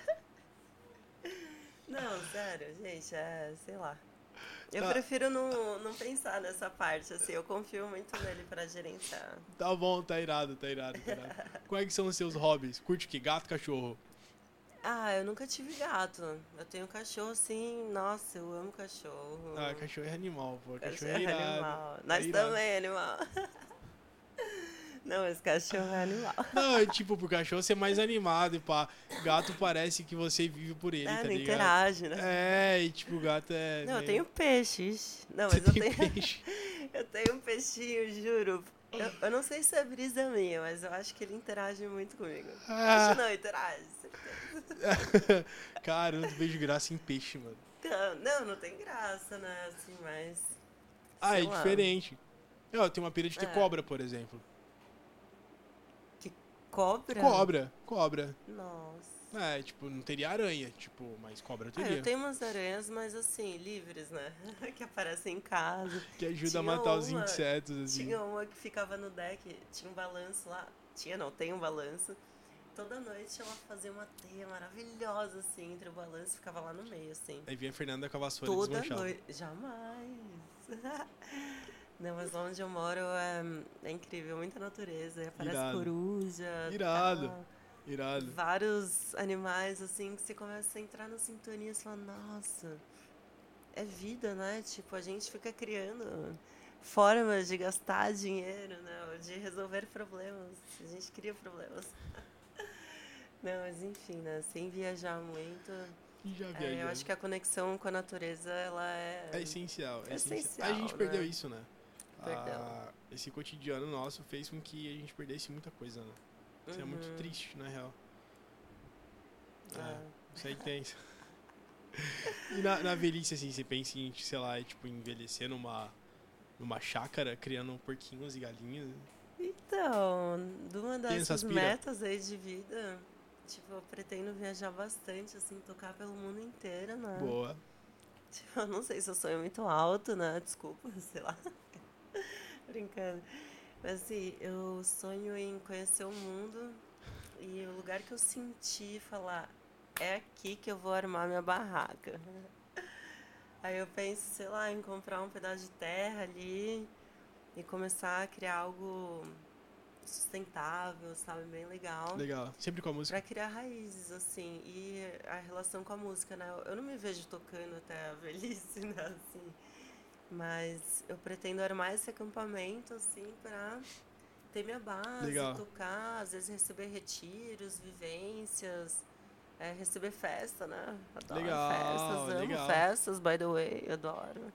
Speaker 2: Não, sério, gente, sei lá. Eu
Speaker 1: Tá,
Speaker 2: prefiro não pensar nessa parte, assim, eu confio muito nele pra gerenciar.
Speaker 1: tá bom, tá irado. Quais são os seus hobbies? Curte o que? Gato, cachorro?
Speaker 2: Eu nunca tive gato. Eu tenho cachorro, assim, nossa, eu amo cachorro.
Speaker 1: Ah, cachorro é animal, pô. Cachorro
Speaker 2: Cachorro
Speaker 1: é
Speaker 2: é
Speaker 1: irado.
Speaker 2: animal.
Speaker 1: É
Speaker 2: Nós
Speaker 1: irado.
Speaker 2: também, animal. Não, esse cachorro é animal.
Speaker 1: Não, é tipo, pro cachorro ser mais animado e pá. Gato parece que você vive por ele, tá
Speaker 2: Não
Speaker 1: ligado?
Speaker 2: interage, né?
Speaker 1: É, e tipo, o gato é
Speaker 2: Não, eu
Speaker 1: meio...
Speaker 2: tenho peixes. Não,
Speaker 1: Você
Speaker 2: mas eu
Speaker 1: tem
Speaker 2: tenho.
Speaker 1: peixe.
Speaker 2: Eu tenho um peixinho, juro. Eu não sei se é brisa minha, mas eu acho que ele interage muito comigo. Acho
Speaker 1: Ah.
Speaker 2: não, interage, certeza.
Speaker 1: Cara, eu não vejo graça em peixe, mano.
Speaker 2: Não tem graça, né? Assim, mas.
Speaker 1: Ah,
Speaker 2: Sei
Speaker 1: é
Speaker 2: lá.
Speaker 1: diferente. Eu tenho uma pira de ter
Speaker 2: É.
Speaker 1: cobra, por exemplo.
Speaker 2: Que cobra?
Speaker 1: Cobra.
Speaker 2: Nossa.
Speaker 1: É, tipo, não teria aranha, tipo, mas cobra
Speaker 2: Eu
Speaker 1: teria.
Speaker 2: tenho umas aranhas, mas assim, livres, né? Que aparecem em casa.
Speaker 1: Que ajuda a
Speaker 2: Tinha
Speaker 1: matar os
Speaker 2: uma.
Speaker 1: insetos, assim.
Speaker 2: Tinha uma que ficava no deck, tinha um balanço lá. Tinha não, tem um balanço. Toda noite ela fazia uma teia maravilhosa, assim, entre o balanço e ficava lá no meio, assim.
Speaker 1: Aí vinha a Fernanda com a vassoura e
Speaker 2: Toda
Speaker 1: desmanchava.
Speaker 2: noite. Jamais. Não, mas onde eu moro é incrível, muita natureza. E aparece
Speaker 1: Irado.
Speaker 2: coruja,
Speaker 1: Irado.
Speaker 2: tal.
Speaker 1: Irado.
Speaker 2: Vários animais, assim, que você começa a entrar na sintonia e você fala, nossa, é vida, né? Tipo, a gente fica criando formas de gastar dinheiro, né? Ou de resolver problemas. A gente cria problemas. Não, mas enfim, né? Sem viajar muito,
Speaker 1: E já
Speaker 2: eu acho
Speaker 1: viajando.
Speaker 2: que a conexão com a natureza, ela
Speaker 1: É essencial, é essencial. A
Speaker 2: essencial,
Speaker 1: gente perdeu
Speaker 2: né?
Speaker 1: isso, né?
Speaker 2: Perdão.
Speaker 1: Esse cotidiano nosso fez com que a gente perdesse muita coisa, né? Isso é muito
Speaker 2: Uhum.
Speaker 1: triste, na real.
Speaker 2: Ah.
Speaker 1: Isso aí tem. E na velhice, assim, você pensa em, sei lá, tipo, envelhecer numa chácara, criando porquinhos e galinhas.
Speaker 2: Então, de uma
Speaker 1: Tem essas
Speaker 2: dessas
Speaker 1: pira?
Speaker 2: metas aí de vida, tipo, eu pretendo viajar bastante, assim, tocar pelo mundo inteiro, né?
Speaker 1: Boa.
Speaker 2: Tipo, eu não sei se eu sonho muito alto, né? Desculpa, sei lá. Brincando. Mas assim, eu sonho em conhecer o mundo e o lugar que eu senti falar, é aqui que eu vou armar minha barraca. Aí eu penso, sei lá, em comprar um pedaço de terra ali e começar a criar algo sustentável, sabe? Bem legal.
Speaker 1: Legal. Sempre com a música.
Speaker 2: Pra criar raízes, assim. E a relação com a música, né? Eu não me vejo tocando até a velhice, né? Assim. Mas eu pretendo armar esse acampamento, assim, pra ter minha base,
Speaker 1: Legal.
Speaker 2: tocar, às vezes receber retiros, vivências, receber festa, né? Adoro festas,
Speaker 1: Legal,
Speaker 2: amo
Speaker 1: legal.
Speaker 2: festas, by the way, adoro.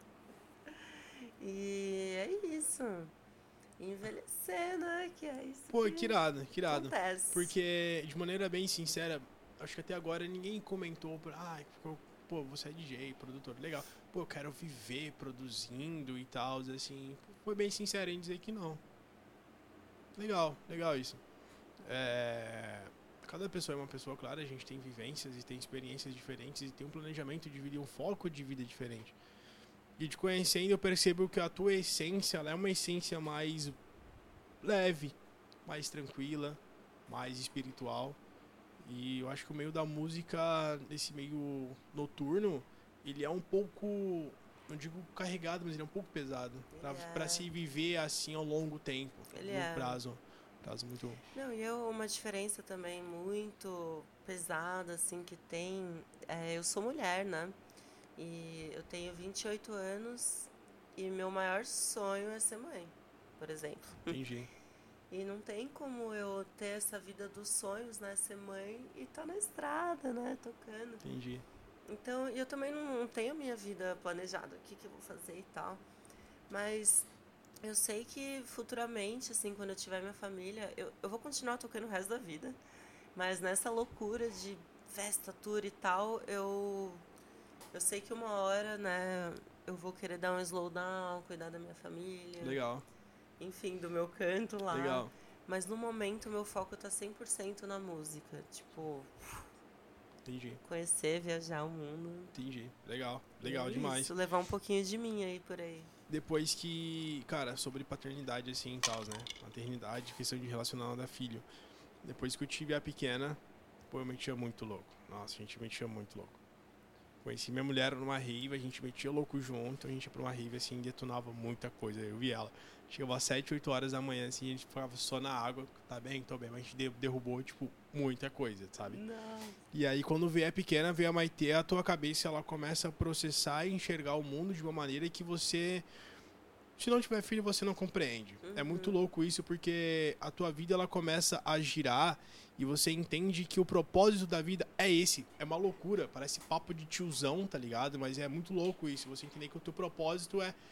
Speaker 2: E é isso. Envelhecer, né? Que é isso
Speaker 1: Pô,
Speaker 2: que
Speaker 1: que irado, que irado.
Speaker 2: acontece.
Speaker 1: Porque, de maneira bem sincera, acho que até agora ninguém comentou pra... pô, você é DJ, produtor, legal. Pô, eu quero viver produzindo e tal, assim. Foi bem sincero em dizer que não. Legal, legal isso. Cada pessoa é uma pessoa, claro, a gente tem vivências e tem experiências diferentes e tem um planejamento de vida e um foco de vida diferente. E te conhecendo, eu percebo que a tua essência, ela é uma essência mais leve, mais tranquila, mais espiritual. E eu acho que o meio da música, esse meio noturno, ele é um pouco, não digo carregado, mas ele é um pouco pesado. Pra se viver assim ao longo tempo, no prazo muito...
Speaker 2: Não, e uma diferença também muito pesada, assim, que tem... eu sou mulher, né? E eu tenho 28 anos e meu maior sonho é ser mãe, por exemplo.
Speaker 1: Entendi.
Speaker 2: E não tem como eu ter essa vida dos sonhos, né? Ser mãe e tá na estrada, né? Tocando.
Speaker 1: Entendi.
Speaker 2: Então, eu também não tenho a minha vida planejada, o que eu vou fazer e tal. Mas eu sei que futuramente, assim, quando eu tiver minha família, eu vou continuar tocando o resto da vida. Mas nessa loucura de festa, tour e tal, eu sei que uma hora, né, eu vou querer dar um slowdown, cuidar da minha família.
Speaker 1: Legal.
Speaker 2: Enfim, do meu canto lá.
Speaker 1: Legal.
Speaker 2: Mas no momento, meu foco tá 100% na música. Tipo...
Speaker 1: Entendi.
Speaker 2: Conhecer, viajar o mundo.
Speaker 1: Entendi. Legal. Legal demais.
Speaker 2: Isso, levar um pouquinho de mim aí por aí.
Speaker 1: Depois que, cara, sobre paternidade assim e tal, né? Maternidade, questão de relacionar da filho. Depois que eu tive a pequena, pô, eu metia muito louco. Nossa, a gente metia muito louco. Conheci minha mulher numa rave, a gente metia louco junto, a gente ia pra uma rave assim, detonava muita coisa. Eu vi ela. Chegava às 7, 8 horas da manhã, assim, a gente ficava só na água. Tá bem, tô bem. Mas a gente derrubou, tipo, muita coisa, sabe?
Speaker 2: Não.
Speaker 1: E aí, quando veio a pequena, veio a Maitê, a tua cabeça, ela começa a processar e enxergar o mundo de uma maneira que você... Se não tiver filho, você não compreende.
Speaker 2: Uhum.
Speaker 1: É muito louco isso, porque a tua vida, ela começa a girar e você entende que o propósito da vida é esse. É uma loucura, parece papo de tiozão, tá ligado? Mas é muito louco isso, você entender que o teu propósito é...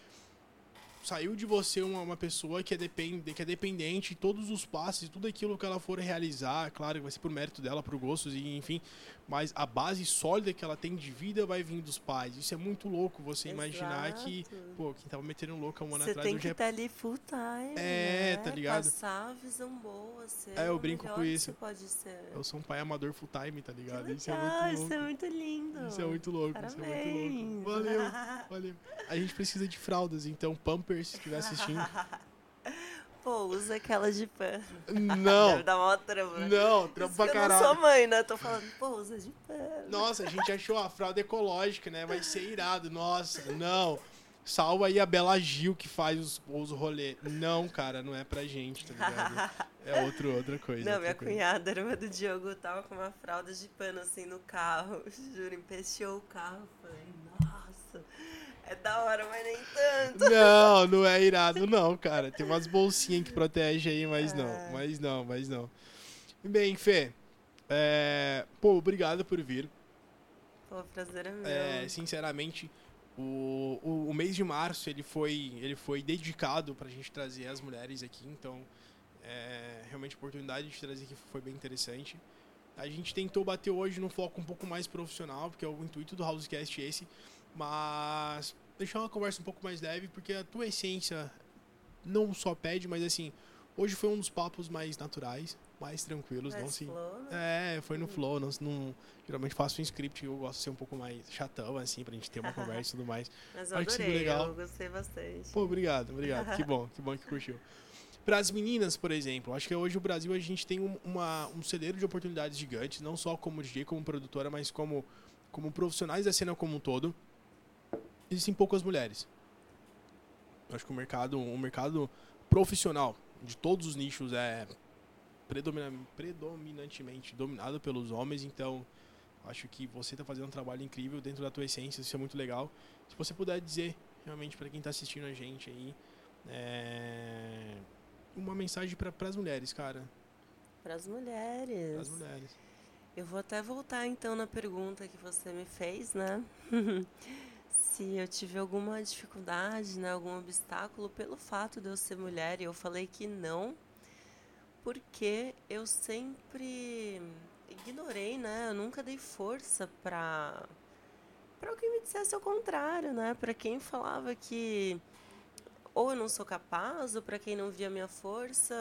Speaker 1: Saiu de você uma pessoa que é dependente de todos os passos e tudo aquilo que ela for realizar, claro que vai ser por mérito dela, por gostos e enfim, mas a base sólida que ela tem de vida vai vir dos pais. Isso é muito louco você imaginar que, pô, quem tava metendo louco há um ano atrás...
Speaker 2: Você tem que estar ali full time,
Speaker 1: tá ligado?
Speaker 2: Passar a visão boa, ser
Speaker 1: eu brinco com isso.
Speaker 2: Pode ser.
Speaker 1: Eu sou um pai amador full time, tá ligado?
Speaker 2: Que
Speaker 1: isso é muito louco.
Speaker 2: Isso é muito lindo.
Speaker 1: Isso é muito louco,
Speaker 2: Parabéns.
Speaker 1: Isso é muito louco. Valeu. A gente precisa de fraldas, então Pampers, se estiver assistindo...
Speaker 2: Pô, usa aquela de pano.
Speaker 1: Não.
Speaker 2: Deve dar uma trampa.
Speaker 1: Não, trampa pra caralho.
Speaker 2: Eu não sou mãe, né? Tô falando, pô, usa de pano.
Speaker 1: Nossa, a gente achou a fralda ecológica, né? Vai ser irado. Nossa, não. Salva aí a Bela Gil que faz os rolês. Não, cara, não é pra gente, tá ligado? É outra coisa.
Speaker 2: Não, minha cunhada, a irmã do Diogo, tava com uma fralda de pano assim no carro. Juro, empesteou o carro. Falei, nossa... É da hora, mas nem tanto.
Speaker 1: Não é irado não, cara. Tem umas bolsinhas que protegem aí, mas não. Bem, Fê, pô, obrigado por vir.
Speaker 2: Pô, prazer é meu.
Speaker 1: Sinceramente, o mês de março ele foi dedicado pra gente trazer as mulheres aqui, então realmente a oportunidade de trazer aqui foi bem interessante. A gente tentou bater hoje num foco um pouco mais profissional, porque é o intuito do Housecast esse, mas deixar uma conversa um pouco mais leve, porque a tua essência não só pede, mas assim, hoje foi um dos papos mais naturais, mais tranquilos.
Speaker 2: Mais
Speaker 1: não se...
Speaker 2: flow, né?
Speaker 1: Foi no flow. Não, geralmente faço um script, eu gosto de ser um pouco mais chatão, assim, pra gente ter uma conversa e tudo mais.
Speaker 2: Mas eu adorei, legal. Eu gostei bastante.
Speaker 1: Pô, obrigado. Que bom que curtiu. Para as meninas, por exemplo, acho que hoje no Brasil a gente tem um celeiro de oportunidades gigantes, não só como DJ, como produtora, mas como profissionais da cena como um todo. Existem poucas mulheres. Acho que o mercado profissional de todos os nichos é predominantemente dominado pelos homens, então acho que você está fazendo um trabalho incrível dentro da tua essência, isso é muito legal. Se você puder dizer realmente para quem está assistindo a gente aí, uma mensagem para as mulheres, cara.
Speaker 2: Para as mulheres.
Speaker 1: Para as mulheres.
Speaker 2: Eu vou até voltar então na pergunta que você me fez, né? Se eu tive alguma dificuldade, né, algum obstáculo pelo fato de eu ser mulher, e eu falei que não, porque eu sempre ignorei, né? Eu nunca dei força para quem me dissesse ao contrário, né? Para quem falava que ou eu não sou capaz, ou para quem não via minha força,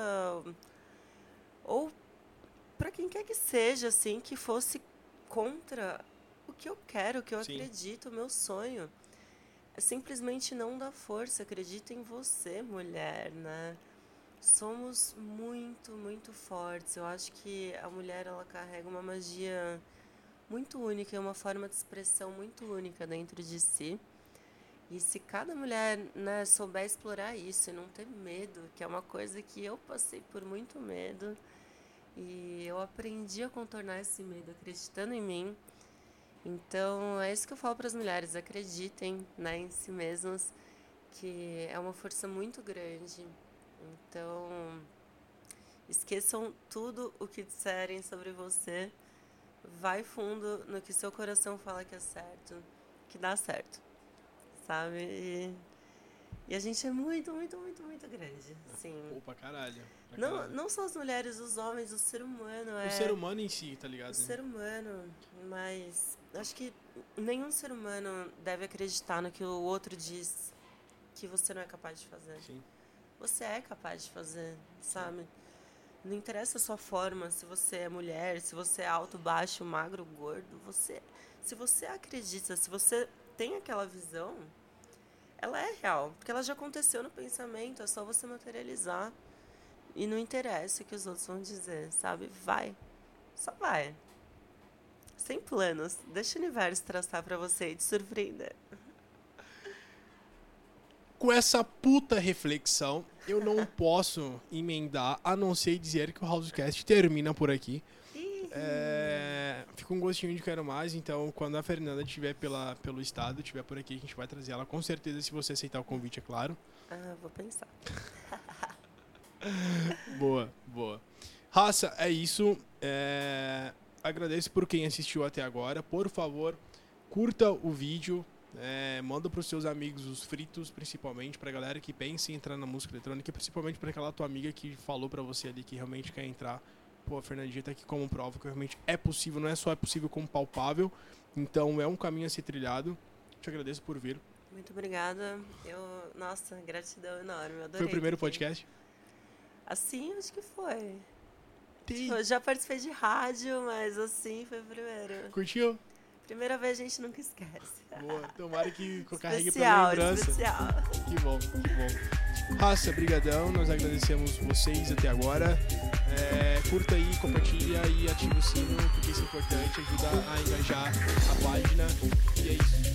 Speaker 2: ou para quem quer que seja, assim, que fosse contra o que eu quero, o que eu acredito, o meu sonho. É simplesmente não dar força, acredita em você, mulher, né? Somos muito, muito fortes. Eu acho que a mulher, ela carrega uma magia muito única, uma forma de expressão muito única dentro de si. E se cada mulher, né, souber explorar isso e não ter medo, que é uma coisa que eu passei por muito medo, e eu aprendi a contornar esse medo acreditando em mim. Então, é isso que eu falo para as mulheres, acreditem, né, em si mesmas, que é uma força muito grande. Então, esqueçam tudo o que disserem sobre você, vai fundo no que seu coração fala que é certo, que dá certo, sabe? E a gente é muito, muito, muito, muito grande, assim.
Speaker 1: Pô, pra caralho.
Speaker 2: Não só as mulheres, os homens, o ser humano.
Speaker 1: O ser humano em si, tá ligado?
Speaker 2: O ser humano, mas acho que nenhum ser humano deve acreditar no que o outro diz que você não é capaz de fazer.
Speaker 1: Sim.
Speaker 2: Você é capaz de fazer, sabe? Não interessa a sua forma, se você é mulher, se você é alto, baixo, magro, gordo, se você acredita, se você tem aquela visão, ela é real, porque ela já aconteceu no pensamento, é só você materializar. E não interessa o que os outros vão dizer, sabe? Vai. Só vai. Sem planos. Deixa o universo traçar pra você e te surpreender.
Speaker 1: Com essa puta reflexão, eu não posso emendar, a não ser dizer que o Housecast termina por aqui. Fica um gostinho de quero mais, então quando a Fernanda estiver pelo estado, estiver por aqui, a gente vai trazer ela com certeza, se você aceitar o convite, é claro.
Speaker 2: Vou pensar.
Speaker 1: Boa. Raça, é isso. Agradeço por quem assistiu até agora. Por favor, curta o vídeo. Manda pros seus amigos os fritos, principalmente pra galera que pensa em entrar na música eletrônica, principalmente pra aquela tua amiga que falou pra você ali que realmente quer entrar. Pô, a Fernandinha tá aqui como prova que realmente é possível, não é só é possível como palpável. Então é um caminho a ser trilhado. Te agradeço por vir.
Speaker 2: Muito obrigada. Nossa, gratidão enorme. Eu adorei.
Speaker 1: Foi o primeiro podcast?
Speaker 2: Assim, acho que foi. Tipo, eu já participei de rádio, mas assim foi o primeiro.
Speaker 1: Curtiu?
Speaker 2: Primeira vez a gente nunca esquece.
Speaker 1: Boa, tomara que carregue pela lembrança.
Speaker 2: Especial.
Speaker 1: Que bom. Raça, brigadão, nós agradecemos vocês até agora. Curta aí, compartilha e ativa o sino, porque isso é importante, ajuda a engajar a página. E é isso.